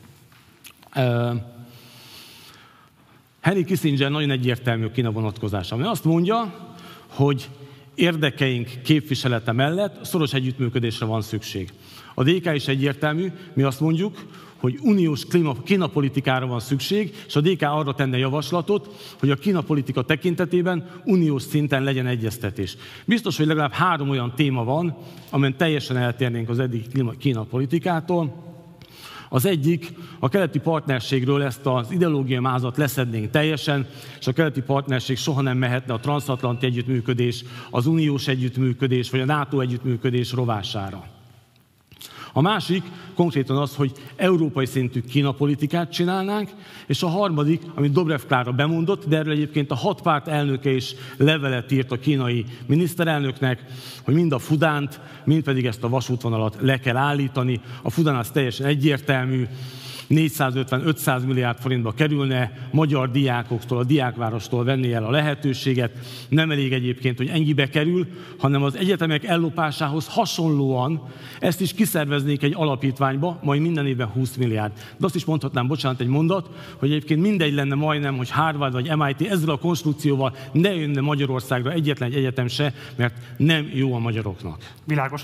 Henry Kissinger nagyon egyértelmű a Kína vonatkozása, mert azt mondja, hogy érdekeink képviselete mellett szoros együttműködésre van szükség. A DK is egyértelmű, mi azt mondjuk, hogy uniós kínapolitikára van szükség, és a DK arra tenne javaslatot, hogy a kínapolitika tekintetében uniós szinten legyen egyeztetés. Biztos, hogy legalább 3 olyan téma van, amelyen teljesen eltérnénk az eddig kínapolitikától. Az egyik, a keleti partnerségről ezt az ideológiai mázat leszednénk teljesen, és a keleti partnerség soha nem mehetne a transzatlanti együttműködés, az uniós együttműködés, vagy a NATO együttműködés rovására. A másik konkrétan az, hogy európai szintű kínapolitikát csinálnánk, és a harmadik, amit Dobrev Klára bemondott, de erről egyébként a 6 párt elnöke is levelet írt a kínai miniszterelnöknek, hogy mind a Fudánt, mind pedig ezt a vasútvonalat le kell állítani. A Fudán az teljesen egyértelmű, 450-500 milliárd forintba kerülne, magyar diákoktól, a diákvárostól venni el a lehetőséget. Nem elég egyébként, hogy ennyibe kerül, hanem az egyetemek ellopásához hasonlóan ezt is kiszerveznék egy alapítványba, majd minden évben 20 milliárd. De azt is mondhatnám, bocsánat, egy mondat, hogy egyébként mindegy lenne majdnem, hogy Harvard vagy MIT ezzel a konstrukcióval ne jönne Magyarországra egyetlen egy egyetem se, mert nem jó a magyaroknak. Világos.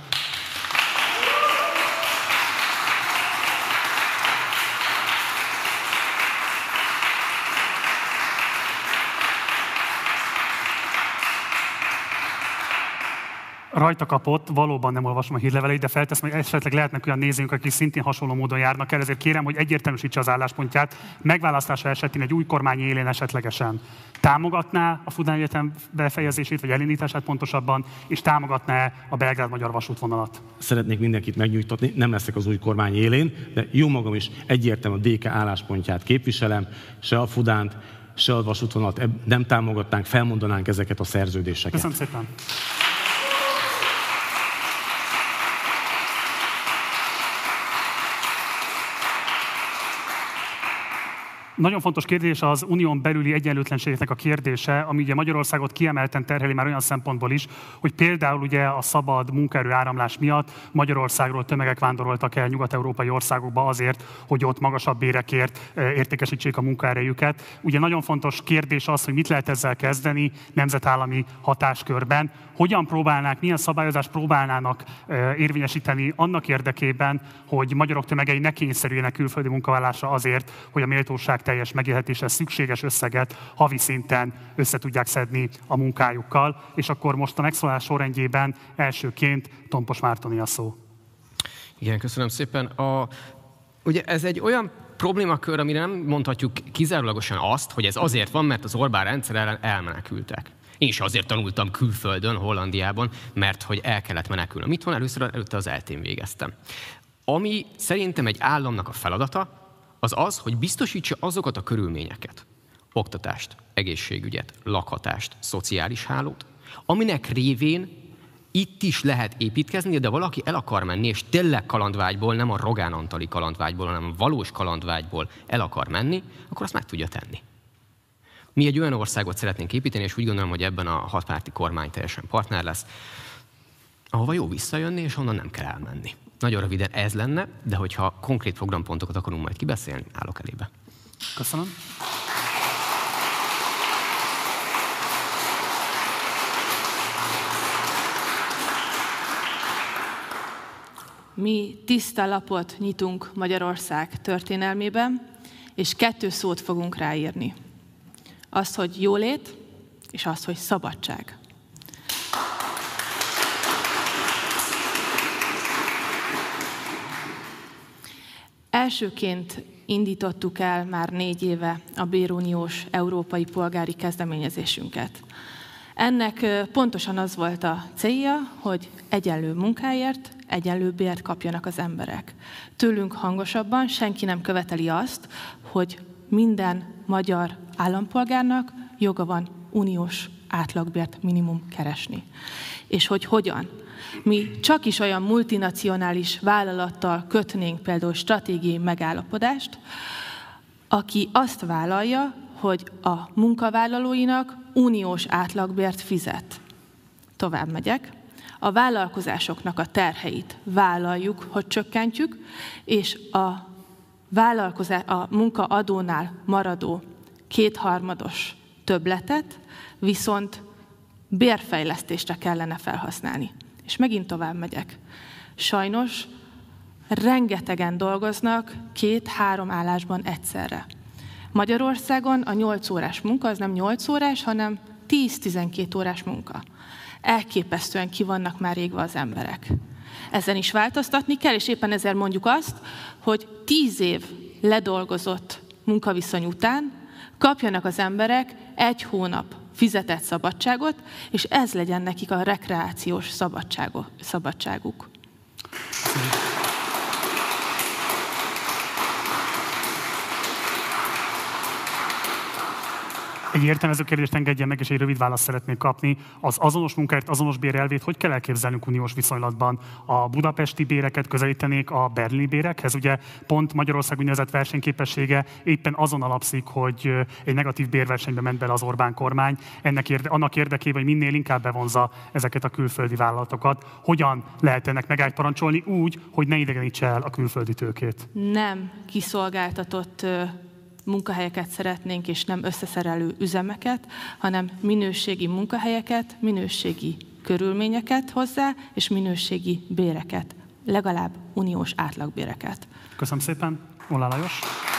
Rajta kapott, valóban nem olvasom a hírleveleit, de felteszem, hogy esetleg lehetnek olyan nézőink, akik szintén hasonló módon járnak el, ezért kérem, hogy egyértelműsítse az álláspontját. Megválasztása esetén egy új kormány élén esetlegesen támogatná a Fudan Egyetem befejezését, vagy elindítását pontosabban, és támogatná a Belgrád-magyar vasútvonalat? Szeretnék mindenkit megnyugtatni, nem leszek az új kormány élén, de jó magam is egyértelmű a DK álláspontját képviselem, se a Fudánt, se a vasútvonalat nem támogatnánk, felmondanánk ezeket a szerződéseket. Köszönöm szépen! Nagyon fontos kérdés az unión belüli egyenlőtlenségeknek a kérdése, ami ugye Magyarországot kiemelten terheli már olyan szempontból is, hogy például ugye a szabad munkaerő áramlás miatt Magyarországról tömegek vándoroltak el nyugat-európai országokba azért, hogy ott magasabb bérekért értékesítsék a munkaerejüket. Ugye nagyon fontos kérdés az, hogy mit lehet ezzel kezdeni nemzetállami hatáskörben, hogyan próbálnák, milyen szabályozást próbálnának érvényesíteni annak érdekében, hogy magyarok tömegei ne kényszerüljenek külföldi munkavállalásra azért, hogy a méltóság teljes megélhetéshez szükséges összeget havi szinten össze tudják szedni a munkájukkal. És akkor most a megszólalás sorrendjében elsőként Tompos Mártoni a szó. Igen, köszönöm szépen. Ugye ez egy olyan problémakör, amire nem mondhatjuk kizárólagosan azt, hogy ez azért van, mert az Orbán rendszer ellen elmenekültek. Én is azért tanultam külföldön, Hollandiában, mert hogy el kellett menekülnöm. Itt van, előtte az ELTE-n végeztem. Ami szerintem egy államnak a feladata, az, hogy biztosítsa azokat a körülményeket, oktatást, egészségügyet, lakhatást, szociális hálót, aminek révén itt is lehet építkezni, de valaki el akar menni, és tényleg kalandvágyból, nem a Rogán Antali kalandvágyból, hanem a valós kalandvágyból el akar menni, akkor azt meg tudja tenni. Mi egy olyan országot szeretnénk építeni, és úgy gondolom, hogy ebben a hatpárti kormány teljesen partner lesz, ahova jó visszajönni, és onnan nem kell elmenni. Nagyon röviden ez lenne, de hogyha konkrét programpontokat akarunk majd kibeszélni, állok elébe. Köszönöm. Mi tiszta lapot nyitunk Magyarország történelmében, és 2 szót fogunk ráírni. Azt, hogy jólét, és azt, hogy szabadság. Elsőként indítottuk el már 4 éve a béruniós európai polgári kezdeményezésünket. Ennek pontosan az volt a célja, hogy egyenlő munkáért, egyenlő bért kapjanak az emberek. Tőlünk hangosabban senki nem követeli azt, hogy minden magyar állampolgárnak joga van uniós átlagbért minimum keresni. És hogy hogyan? Mi csak is olyan multinacionális vállalattal kötnénk például stratégiai megállapodást, aki azt vállalja, hogy a munkavállalóinak uniós átlagbért fizet. Tovább megyek. A vállalkozásoknak a terheit vállaljuk, hogy csökkentjük, és a munkaadónál maradó 2/3 többletet viszont bérfejlesztésre kellene felhasználni. És megint tovább megyek. Sajnos rengetegen dolgoznak 2-3 állásban egyszerre. Magyarországon a 8 órás munka az nem 8 órás, hanem 10-12 órás munka. Elképesztően ki vannak már égve az emberek. Ezen is változtatni kell, és éppen ezért mondjuk azt, hogy 10 év ledolgozott munkaviszony után kapjanak az emberek 1 hónap fizetett szabadságot, és ez legyen nekik a rekreációs szabadságuk. Egy értelmező kérdést engedjen meg, és egy rövid választ szeretnék kapni. Az azonos munkáért, azonos bérelvét hogy kell elképzelnünk uniós viszonylatban? A budapesti béreket közelítenék a berlini bérekhez? Ugye pont Magyarország úgynevezett versenyképessége éppen azon alapszik, hogy egy negatív bérversenybe ment bele az Orbán kormány. Annak érdekében, hogy minél inkább bevonza ezeket a külföldi vállalatokat. Hogyan lehet ennek megállt parancsolni úgy, hogy ne idegenítse el a külföldi tőkét? Nem kiszolgáltatott munkahelyeket szeretnénk, és nem összeszerelő üzemeket, hanem minőségi munkahelyeket, minőségi körülményeket hozzá, és minőségi béreket, legalább uniós átlagbéreket. Köszönöm szépen. Ollán Lajos.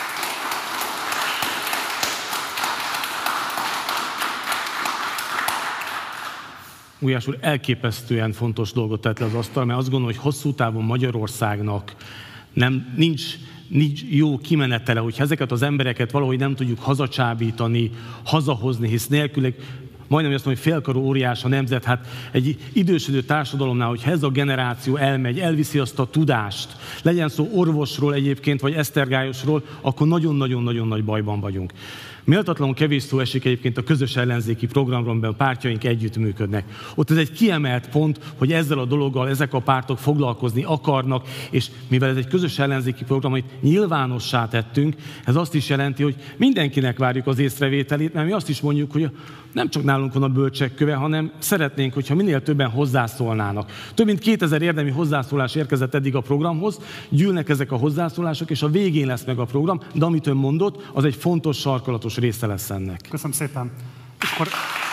Gulyás úr elképesztően fontos dolgot tett le az asztal, mert azt gondolom, hogy hosszú távon Magyarországnak nincs jó kimenetele, hogyha ezeket az embereket valahogy nem tudjuk hazacsábítani, hazahozni, hisz nélkülük majdnem azt mondom, hogy félkarú óriás a nemzet. Hát egy idősödő társadalomnál, hogyha ez a generáció elmegy, elviszi azt a tudást, legyen szó orvosról egyébként, vagy esztergályosról, akkor nagyon-nagyon-nagyon nagy bajban vagyunk. Méltatlanul kevés szó esik egyébként a közös ellenzéki programról, amiben a pártjaink együttműködnek. Ott ez egy kiemelt pont, hogy ezzel a dologgal ezek a pártok foglalkozni akarnak, és mivel ez egy közös ellenzéki program, amit nyilvánossá tettünk, ez azt is jelenti, hogy mindenkinek várjuk az észrevételét, mert mi azt is mondjuk, hogy nem csak nálunk van a bölcsek köve, hanem szeretnénk, hogyha minél többen hozzászólnának. Több mint 2000 érdemi hozzászólás érkezett eddig a programhoz, gyűlnek ezek a hozzászólások, és a végén lesz meg a program, de amit ön mondott, az egy fontos, sarkalatos része lesz ennek. Köszönöm szépen. És akkor...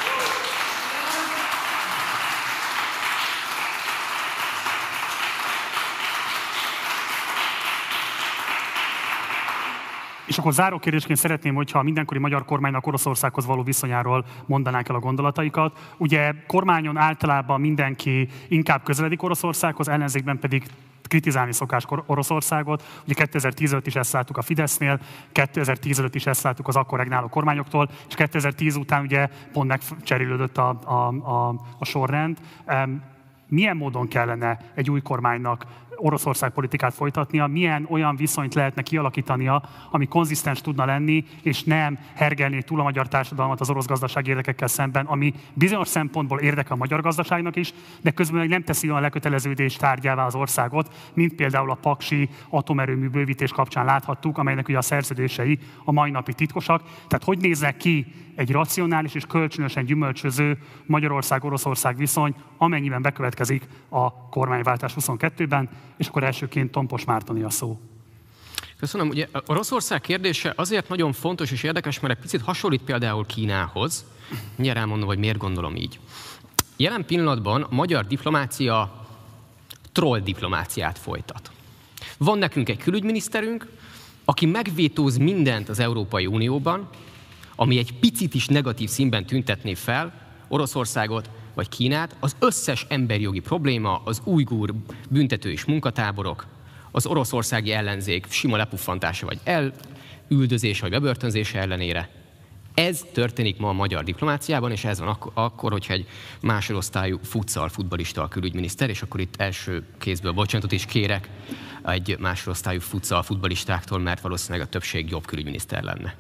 És akkor záró kérdésként szeretném, hogyha a mindenkori magyar kormánynak Oroszországhoz való viszonyáról mondanák el a gondolataikat. Ugye kormányon általában mindenki inkább közeledik Oroszországhoz, ellenzékben pedig kritizálni szokás Oroszországot. Ugye 2010 előtt is ezt láttuk a Fidesznél, 2010 előtt is ezt láttuk az akkor regnáló kormányoktól, és 2010 után ugye pont megcserélődött a sorrend. Milyen módon kellene egy új kormánynak Oroszország politikát folytatnia, milyen olyan viszonyt lehetne kialakítania, ami konzisztens tudna lenni, és nem hergelni túl a magyar társadalmat az orosz gazdasági érdekekkel szemben, ami bizonyos szempontból érdeke a magyar gazdaságnak is, de közben nem teszi olyan leköteleződés tárgyává az országot, mint például a paksi atomerőmű bővítés kapcsán láthattuk, amelynek ugye a szerződései a mai napig titkosak. Tehát hogy néznek ki egy racionális és kölcsönösen gyümölcsöző Magyarország-Oroszország viszony, amennyiben bekövetkezik a kormányváltás 22-ben, és akkor elsőként Tompos Mártoni a szó. Köszönöm. Ugye Oroszország kérdése azért nagyon fontos és érdekes, mert egy picit hasonlít például Kínához. Mindjárt elmondom, hogy miért gondolom így. Jelen pillanatban a magyar diplomácia troll diplomáciát folytat. Van nekünk egy külügyminiszterünk, aki megvétóz mindent az Európai Unióban, ami egy picit is negatív színben tüntetné fel Oroszországot vagy Kínát, az összes emberi jogi probléma, az ujgur büntető és munkatáborok, az oroszországi ellenzék sima lepuffantása vagy elüldözése vagy bebörtönzése ellenére. Ez történik ma a magyar diplomáciában, és ez van akkor, hogyha egy másodosztályú futbalista a külügyminiszter, és akkor itt első kézből bocsánatot is kérek egy másodosztályú futballistáktól, mert valószínűleg a többség jobb külügyminiszter lenne.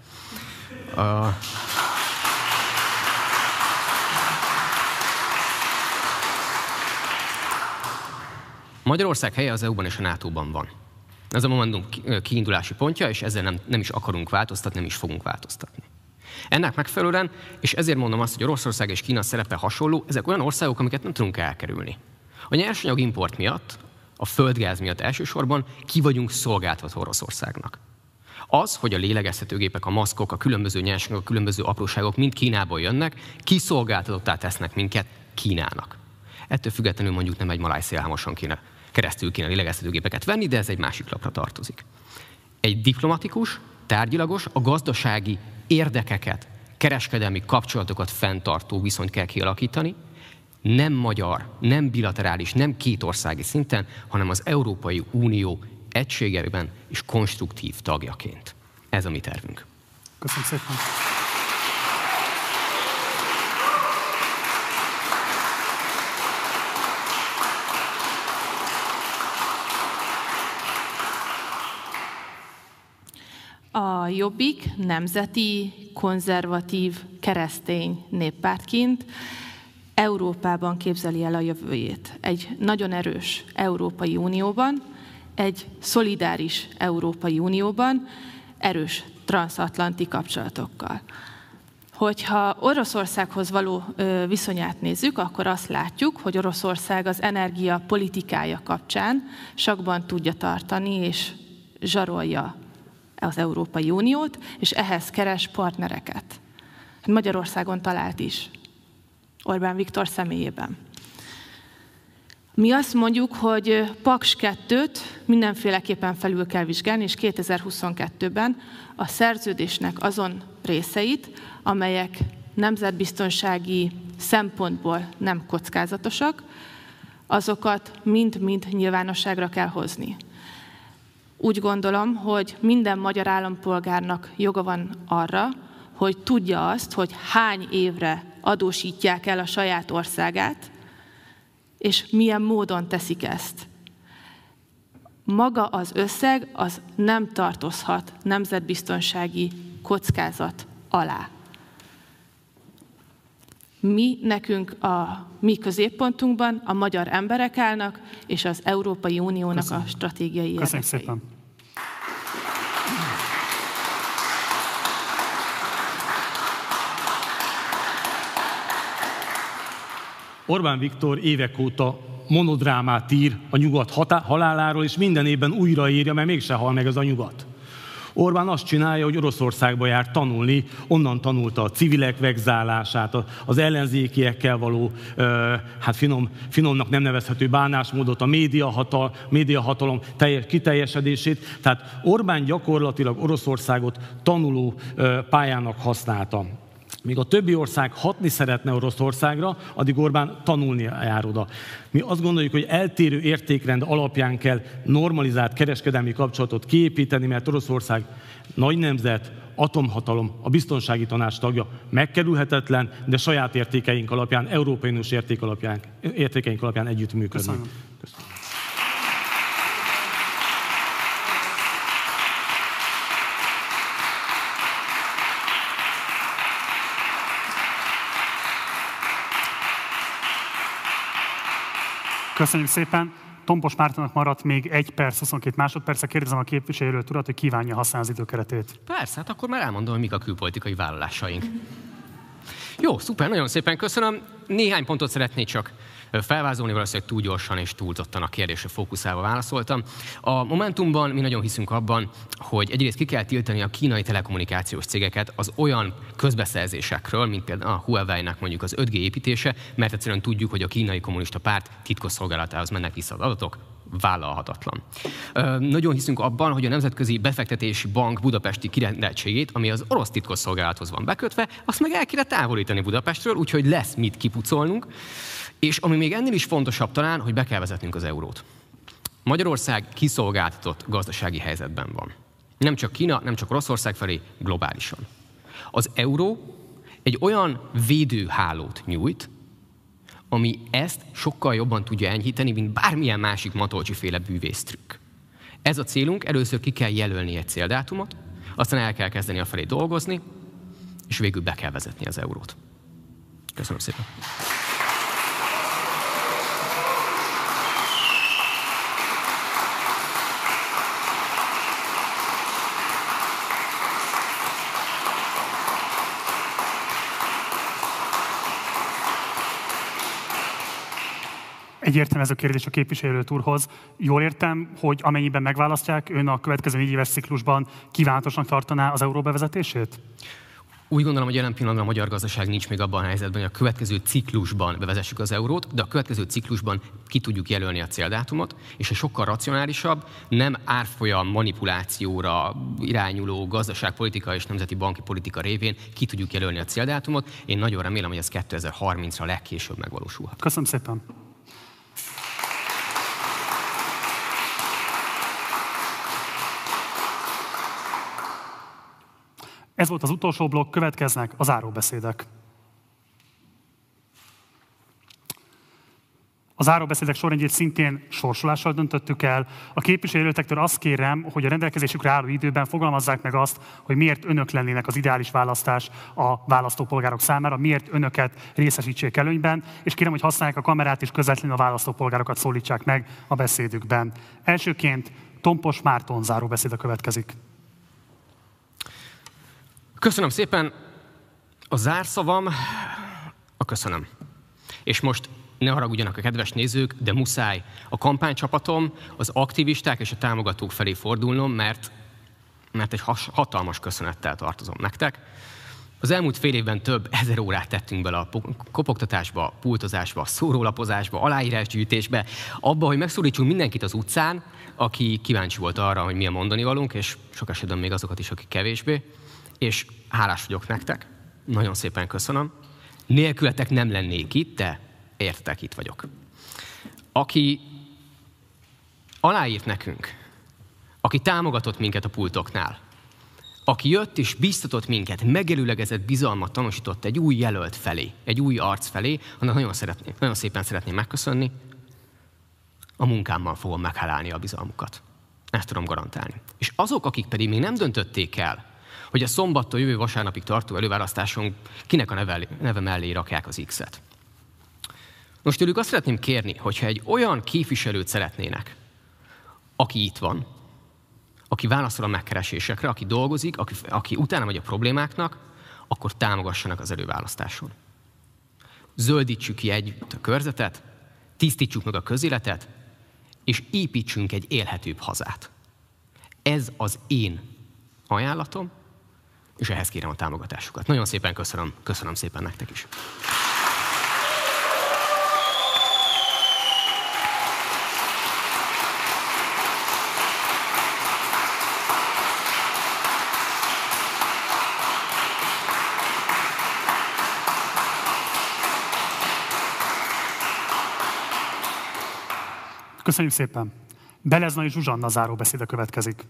Magyarország helye az EU-ban és a NATO-ban van. Ez a Momentum kiindulási pontja, és ezzel nem is akarunk változtatni, nem is fogunk változtatni. Ennek megfelelően, és ezért mondom azt, hogy Oroszország és Kína szerepe hasonló, ezek olyan országok, amiket nem tudunk elkerülni. A nyersanyag import miatt, a földgáz miatt elsősorban ki vagyunk szolgáltatva Oroszországnak. Az, hogy a lélegeztetőgépek, a maszkok, a különböző nyersanyagok, a különböző apróságok mind Kínából jönnek, kiszolgáltatottá tesznek minket Kínának. Ettől függetlenül mondjuk nem egy maláj szélhámoson keresztül kéne lélegeztetőgépeket venni, de ez egy másik lapra tartozik. Egy diplomatikus, tárgyilagos, a gazdasági érdekeket, kereskedelmi kapcsolatokat fenntartó viszonyt kell kialakítani, nem magyar, nem bilaterális, nem kétországi szinten, hanem az Európai Unió egységében és konstruktív tagjaként. Ez a mi tervünk. Köszönöm szépen. A Jobbik nemzeti, konzervatív, keresztény néppártként Európában képzeli el a jövőjét. Egy nagyon erős Európai Unióban, egy szolidáris Európai Unióban, erős transatlanti kapcsolatokkal. Hogyha Oroszországhoz való viszonyát nézzük, akkor azt látjuk, hogy Oroszország az energiapolitikája kapcsán sakban tudja tartani és zsarolja az Európai Uniót, és ehhez keres partnereket. Magyarországon talált is, Orbán Viktor személyében. Mi azt mondjuk, hogy Paks 2-t mindenféleképpen felül kell vizsgálni, és 2022-ben a szerződésnek azon részeit, amelyek nemzetbiztonsági szempontból nem kockázatosak, azokat mind-mind nyilvánosságra kell hozni. Úgy gondolom, hogy minden magyar állampolgárnak joga van arra, hogy tudja azt, hogy hány évre adósítják el a saját országát, és milyen módon teszik ezt. Maga az összeg az nem tartozhat nemzetbiztonsági kockázat alá. Nekünk a mi középpontunkban a magyar emberek állnak, és az Európai Uniónak a stratégiai érdekei. Köszönjük szépen. Orbán Viktor évek óta monodrámát ír a nyugat haláláról, és minden évben újraírja, mert mégse hal meg ez a nyugat. Orbán azt csinálja, hogy Oroszországba jár tanulni, onnan tanulta a civilek vegzálását, az ellenzékiekkel való, hát finomnak nem nevezhető bánásmódot, a médiahatalom kiteljesedését. Tehát Orbán gyakorlatilag Oroszországot tanuló pályának használta. Míg a többi ország hatni szeretne Oroszországra, addig Orbán tanulni jár oda. Mi azt gondoljuk, hogy eltérő értékrend alapján kell normalizált kereskedelmi kapcsolatot kiépíteni, mert Oroszország nagy nemzet, atomhatalom, a biztonsági tanács tagja, megkerülhetetlen, de saját értékeink alapján, Európai Uniós értékeink alapján együttműködni. Köszönöm. Köszönjük szépen. Tompos Mártonnak maradt még 1 perc, 22 másodperc. Kérdezem a képviselőt urat, hogy kívánja használni az időkeretét. Persze, hát akkor már elmondom, hogy mik a külpolitikai vállalásaink. Jó, szuper, nagyon szépen köszönöm. Néhány pontot szeretnék csak felvázolni, valószínűleg túl gyorsan és túlzottan a kérdésre fókuszálva válaszoltam. A Momentumban mi nagyon hiszünk abban, hogy egyrészt ki kell tiltani a kínai telekommunikációs cégeket az olyan közbeszerzésekről, mint például a Huawei-nak mondjuk az 5G építése, mert egyszerűen tudjuk, hogy a kínai kommunista párt titkosszolgálatához mennek vissza az adatok, vállalhatatlan. Nagyon hiszünk abban, hogy a Nemzetközi Befektetési Bank budapesti kirendeltségét, ami az orosz titkosszolgálathoz van bekötve, azt meg el kéne távolítani Budapestről, úgyhogy lesz mit kipucolnunk. És ami még ennél is fontosabb talán, hogy be kell vezetnünk az eurót. Magyarország kiszolgáltatott gazdasági helyzetben van. Nem csak Kína, nem csak Oroszország felé, globálisan. Az euró egy olyan védőhálót nyújt, ami ezt sokkal jobban tudja enyhíteni, mint bármilyen másik Matolcsi-féle bűvésztrükk. Ez a célunk, először ki kell jelölni egy céldátumot, aztán el kell kezdeni afelé dolgozni, és végül be kell vezetni az eurót. Köszönöm szépen! Egyértelmű ez a kérdés a képviselőt úrhoz. Jól értem, hogy amennyiben megválasztják, ön a következő 4 éves ciklusban kívánatosnak tartaná az euró bevezetését? Úgy gondolom, hogy jelen pillanatban a magyar gazdaság nincs még abban a helyzetben, hogy a következő ciklusban bevezessük az eurót, de a következő ciklusban ki tudjuk jelölni a céldátumot, és egy sokkal racionálisabb, nem árfolyam manipulációra irányuló gazdaságpolitika és nemzeti banki politika révén ki tudjuk jelölni a céldátumot. Én nagyon remélem, hogy ez 2030-ra legkésőbb megvalósulhat. Köszönöm szépen! Ez volt az utolsó blokk, következnek a záróbeszédek. A záróbeszédek sorrendjét szintén sorsolással döntöttük el. A képviselőtektől azt kérem, hogy a rendelkezésükre álló időben fogalmazzák meg azt, hogy miért önök lennének az ideális választás a választópolgárok számára, miért önöket részesítsék előnyben, és kérem, hogy használják a kamerát, és közvetlenül a választópolgárokat szólítsák meg a beszédükben. Elsőként Tompos Márton záróbeszéde következik. Köszönöm szépen. A zárszavam a köszönöm. És most ne haragudjanak a kedves nézők, de muszáj a kampánycsapatom, az aktivisták és a támogatók felé fordulnom, mert egy hatalmas köszönettel tartozom nektek. Az elmúlt fél évben több 1000 órát tettünk bele a kopogtatásba, pultozásba, szórólapozásba, aláírásgyűjtésbe, abba, hogy megszólítsunk mindenkit az utcán, aki kíváncsi volt arra, hogy mi a mondani valunk, és sok esetben még azokat is, akik kevésbé. És hálás vagyok nektek. Nagyon szépen köszönöm. Nélkületek nem lennék itt, de értek, itt vagyok. Aki aláírt nekünk, aki támogatott minket a pultoknál, aki jött és biztatott minket, megelőlegezett bizalmat tanúsított egy új jelölt felé, egy új arc felé, annak nagyon szépen szeretném megköszönni. A munkámmal fogom meghálálni a bizalmukat. Ezt tudom garantálni. És azok, akik pedig még nem döntötték el, hogy a szombattól jövő vasárnapig tartó előválasztáson kinek a neve mellé rakják az X-et. Most tőlük azt szeretném kérni, hogyha egy olyan képviselőt szeretnének, aki itt van, aki válaszol a megkeresésekre, aki dolgozik, aki utána megy a problémáknak, akkor támogassanak az előválasztáson. Zöldítsük ki együtt a körzetet, tisztítsuk meg a közéletet, és építsünk egy élhetőbb hazát. Ez az én ajánlatom, és ehhez kérem a támogatásukat. Nagyon szépen köszönöm szépen nektek is. Köszönjük szépen. Beleznai Zsuzsanna záróbeszéde következik.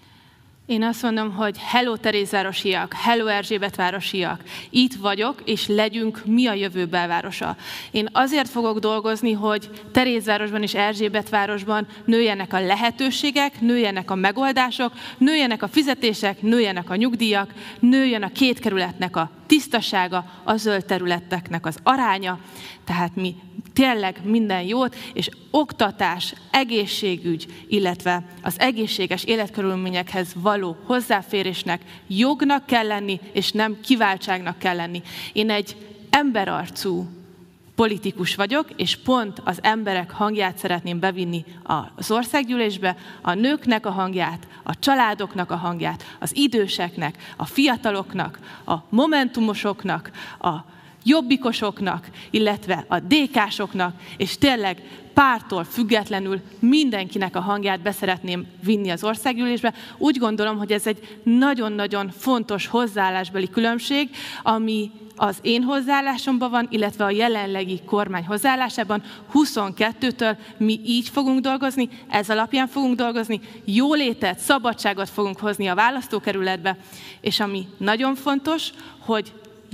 Én azt mondom, hogy hello Terézvárosiak, hello Erzsébetvárosiak, itt vagyok, és legyünk mi a jövő belvárosa. Én azért fogok dolgozni, hogy Terézvárosban és Erzsébetvárosban nőjenek a lehetőségek, nőjenek a megoldások, nőjenek a fizetések, nőjenek a nyugdíjak, nőjön a két kerületnek a tisztasága, a zöld területeknek az aránya, tehát mi tényleg minden jót, és oktatás, egészségügy, illetve az egészséges életkörülményekhez való hozzáférésnek jognak kell lenni, és nem kiváltságnak kell lenni. Én egy emberarcú politikus vagyok, és pont az emberek hangját szeretném bevinni az országgyűlésbe, a nőknek a hangját, a családoknak a hangját, az időseknek, a fiataloknak, a momentumosoknak, a jobbikosoknak, illetve a DK-soknak, és tényleg pártól függetlenül mindenkinek a hangját beszeretném vinni az országgyűlésbe. Úgy gondolom, hogy ez egy nagyon-nagyon fontos hozzáállásbeli különbség, ami az én hozzáállásomban van, illetve a jelenlegi kormány hozzáállásában. 22-től mi így fogunk dolgozni, ez alapján fogunk dolgozni, jólétet, szabadságot fogunk hozni a választókerületbe, és ami nagyon fontos, hogy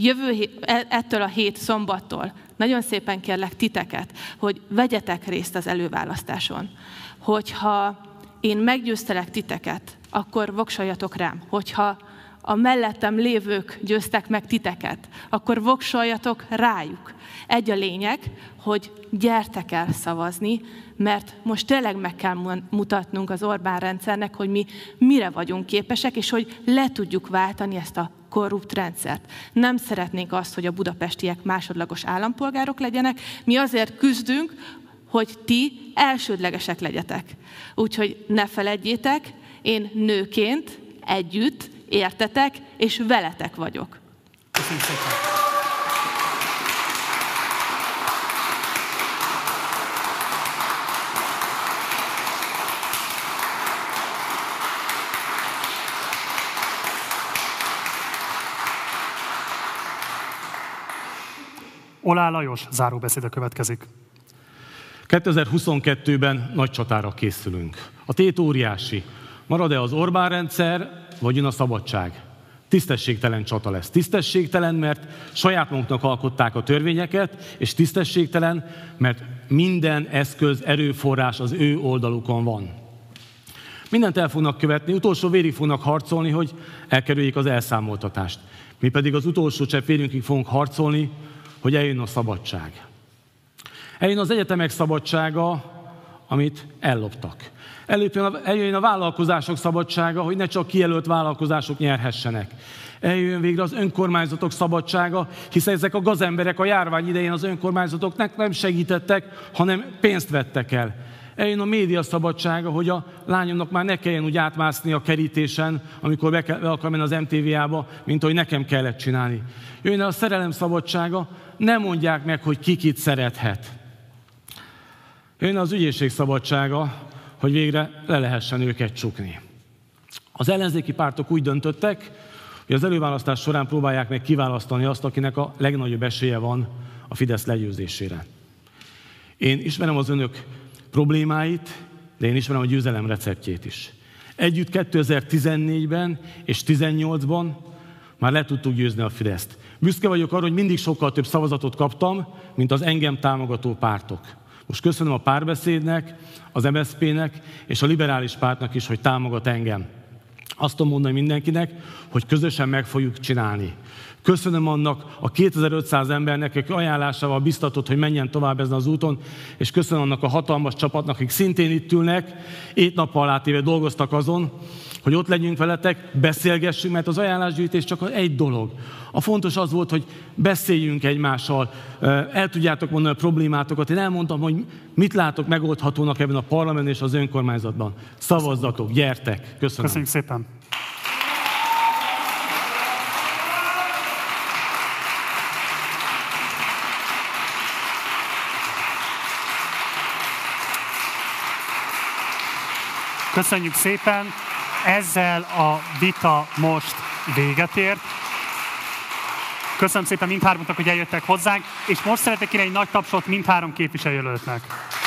ettől a hét szombattól nagyon szépen kérlek titeket, hogy vegyetek részt az előválasztáson. Hogyha én meggyőztelek titeket, akkor voksoljatok rám. Hogyha a mellettem lévők győztek meg titeket, akkor voksoljatok rájuk. Egy a lényeg, hogy gyertek el szavazni, mert most tényleg meg kell mutatnunk az Orbán rendszernek, hogy mi mire vagyunk képesek, és hogy le tudjuk váltani ezt a korrupt rendszert. Nem szeretnénk azt, hogy a budapestiek másodlagos állampolgárok legyenek. Mi azért küzdünk, hogy ti elsődlegesek legyetek. Úgyhogy ne feledjétek, én nőként együtt értetek, és veletek vagyok. Köszönjük szépen. Oláh Lajos záróbeszéde következik. 2022-ben nagy csatára készülünk. A tét óriási. Marad-e az Orbán rendszer, vagy jön a szabadság? Tisztességtelen csata lesz. Tisztességtelen, mert saját maguknak alkották a törvényeket, és tisztességtelen, mert minden eszköz, erőforrás az ő oldalukon van. Mindent el fognak követni, utolsó vérig fognak harcolni, hogy elkerüljék az elszámoltatást. Mi pedig az utolsó csepp vérünkig fogunk harcolni, hogy eljön a szabadság. Eljön az egyetemek szabadsága, amit elloptak. Eljön a vállalkozások szabadsága, hogy ne csak kijelölt vállalkozások nyerhessenek. Eljön végre az önkormányzatok szabadsága, hiszen ezek a gazemberek a járvány idején az önkormányzatoknak nem segítettek, hanem pénzt vettek el. Eljön a média szabadsága, hogy a lányomnak már ne kelljen úgy átmászni a kerítésen, amikor be akar menni az MTV-ába, mint ahogy nekem kellett csinálni. Jöjjön a szerelem szabadsága, ne mondják meg, hogy ki kit szerethet. Jöjjön az ügyészség szabadsága, hogy végre le lehessen őket csukni. Az ellenzéki pártok úgy döntöttek, hogy az előválasztás során próbálják meg kiválasztani azt, akinek a legnagyobb esélye van a Fidesz legyőzésére. Én ismerem az önök problémáit, de én ismerem a győzelem receptjét is. Együtt 2014-ben és 2018-ban már le tudtuk győzni a Fideszt. Büszke vagyok arra, hogy mindig sokkal több szavazatot kaptam, mint az engem támogató pártok. Most köszönöm a Párbeszédnek, az MSZP-nek és a Liberális Pártnak is, hogy támogat engem. Azt tudom mondani mindenkinek, hogy közösen meg fogjuk csinálni. Köszönöm annak a 2500 embernek, aki ajánlásával biztatott, hogy menjen tovább ezen az úton, és köszönöm annak a hatalmas csapatnak, akik szintén itt ülnek, 7 nappal átéve dolgoztak azon, hogy ott legyünk veletek, beszélgessünk, mert az ajánlásgyűjtés csak egy dolog. A fontos az volt, hogy beszéljünk egymással, el tudjátok mondani a problémátokat. Én elmondtam, hogy mit látok megoldhatónak ebben a parlamentben és az önkormányzatban. Szavazzatok, gyertek! Köszönöm. Köszönjük szépen! Köszönjük szépen! Ezzel a vita most véget ért. Köszönöm szépen mindhármatnak, hogy eljöttek hozzánk, és most szeretnék kérni egy nagy tapsot mindhárom képviselőjelöltnek.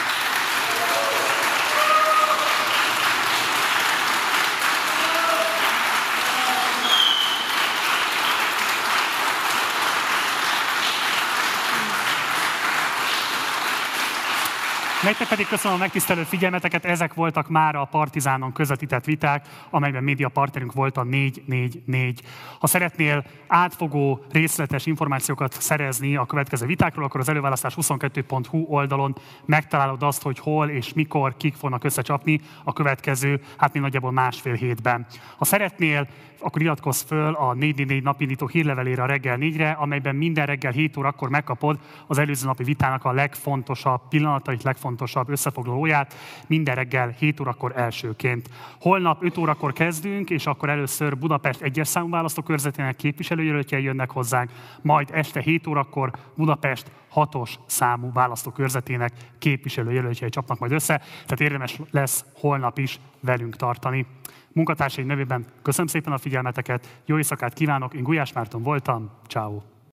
Nektek pedig köszönöm a megtisztelő figyelmeteket, ezek voltak már a Partizánon közvetített viták, amelyben médiapartnerünk volt a 444. Ha szeretnél átfogó, részletes információkat szerezni a következő vitákról, akkor az előválasztás22.hu oldalon megtalálod azt, hogy hol és mikor kik fognak összecsapni a következő, még nagyjából másfél hétben. Ha szeretnél, akkor iratkozz föl a 444 napindító hírlevelére a reggel 4-re, amelyben minden reggel 7 órakor megkapod az előző napi vitának a legfontosabb pillanatait, legfontosabb összefoglalóját, minden reggel 7 órakor elsőként. Holnap 5 órakor kezdünk, és akkor először Budapest 1-es számú választókörzetének képviselőjelöltjei jönnek hozzánk, majd este 7 órakor Budapest 6-os számú választókörzetének képviselőjelöltjei csapnak majd össze, tehát érdemes lesz holnap is velünk tartani. Munkatársaim nevében köszönöm szépen a figyelmeteket, jó éjszakát kívánok, én Gulyás Márton voltam, ciao.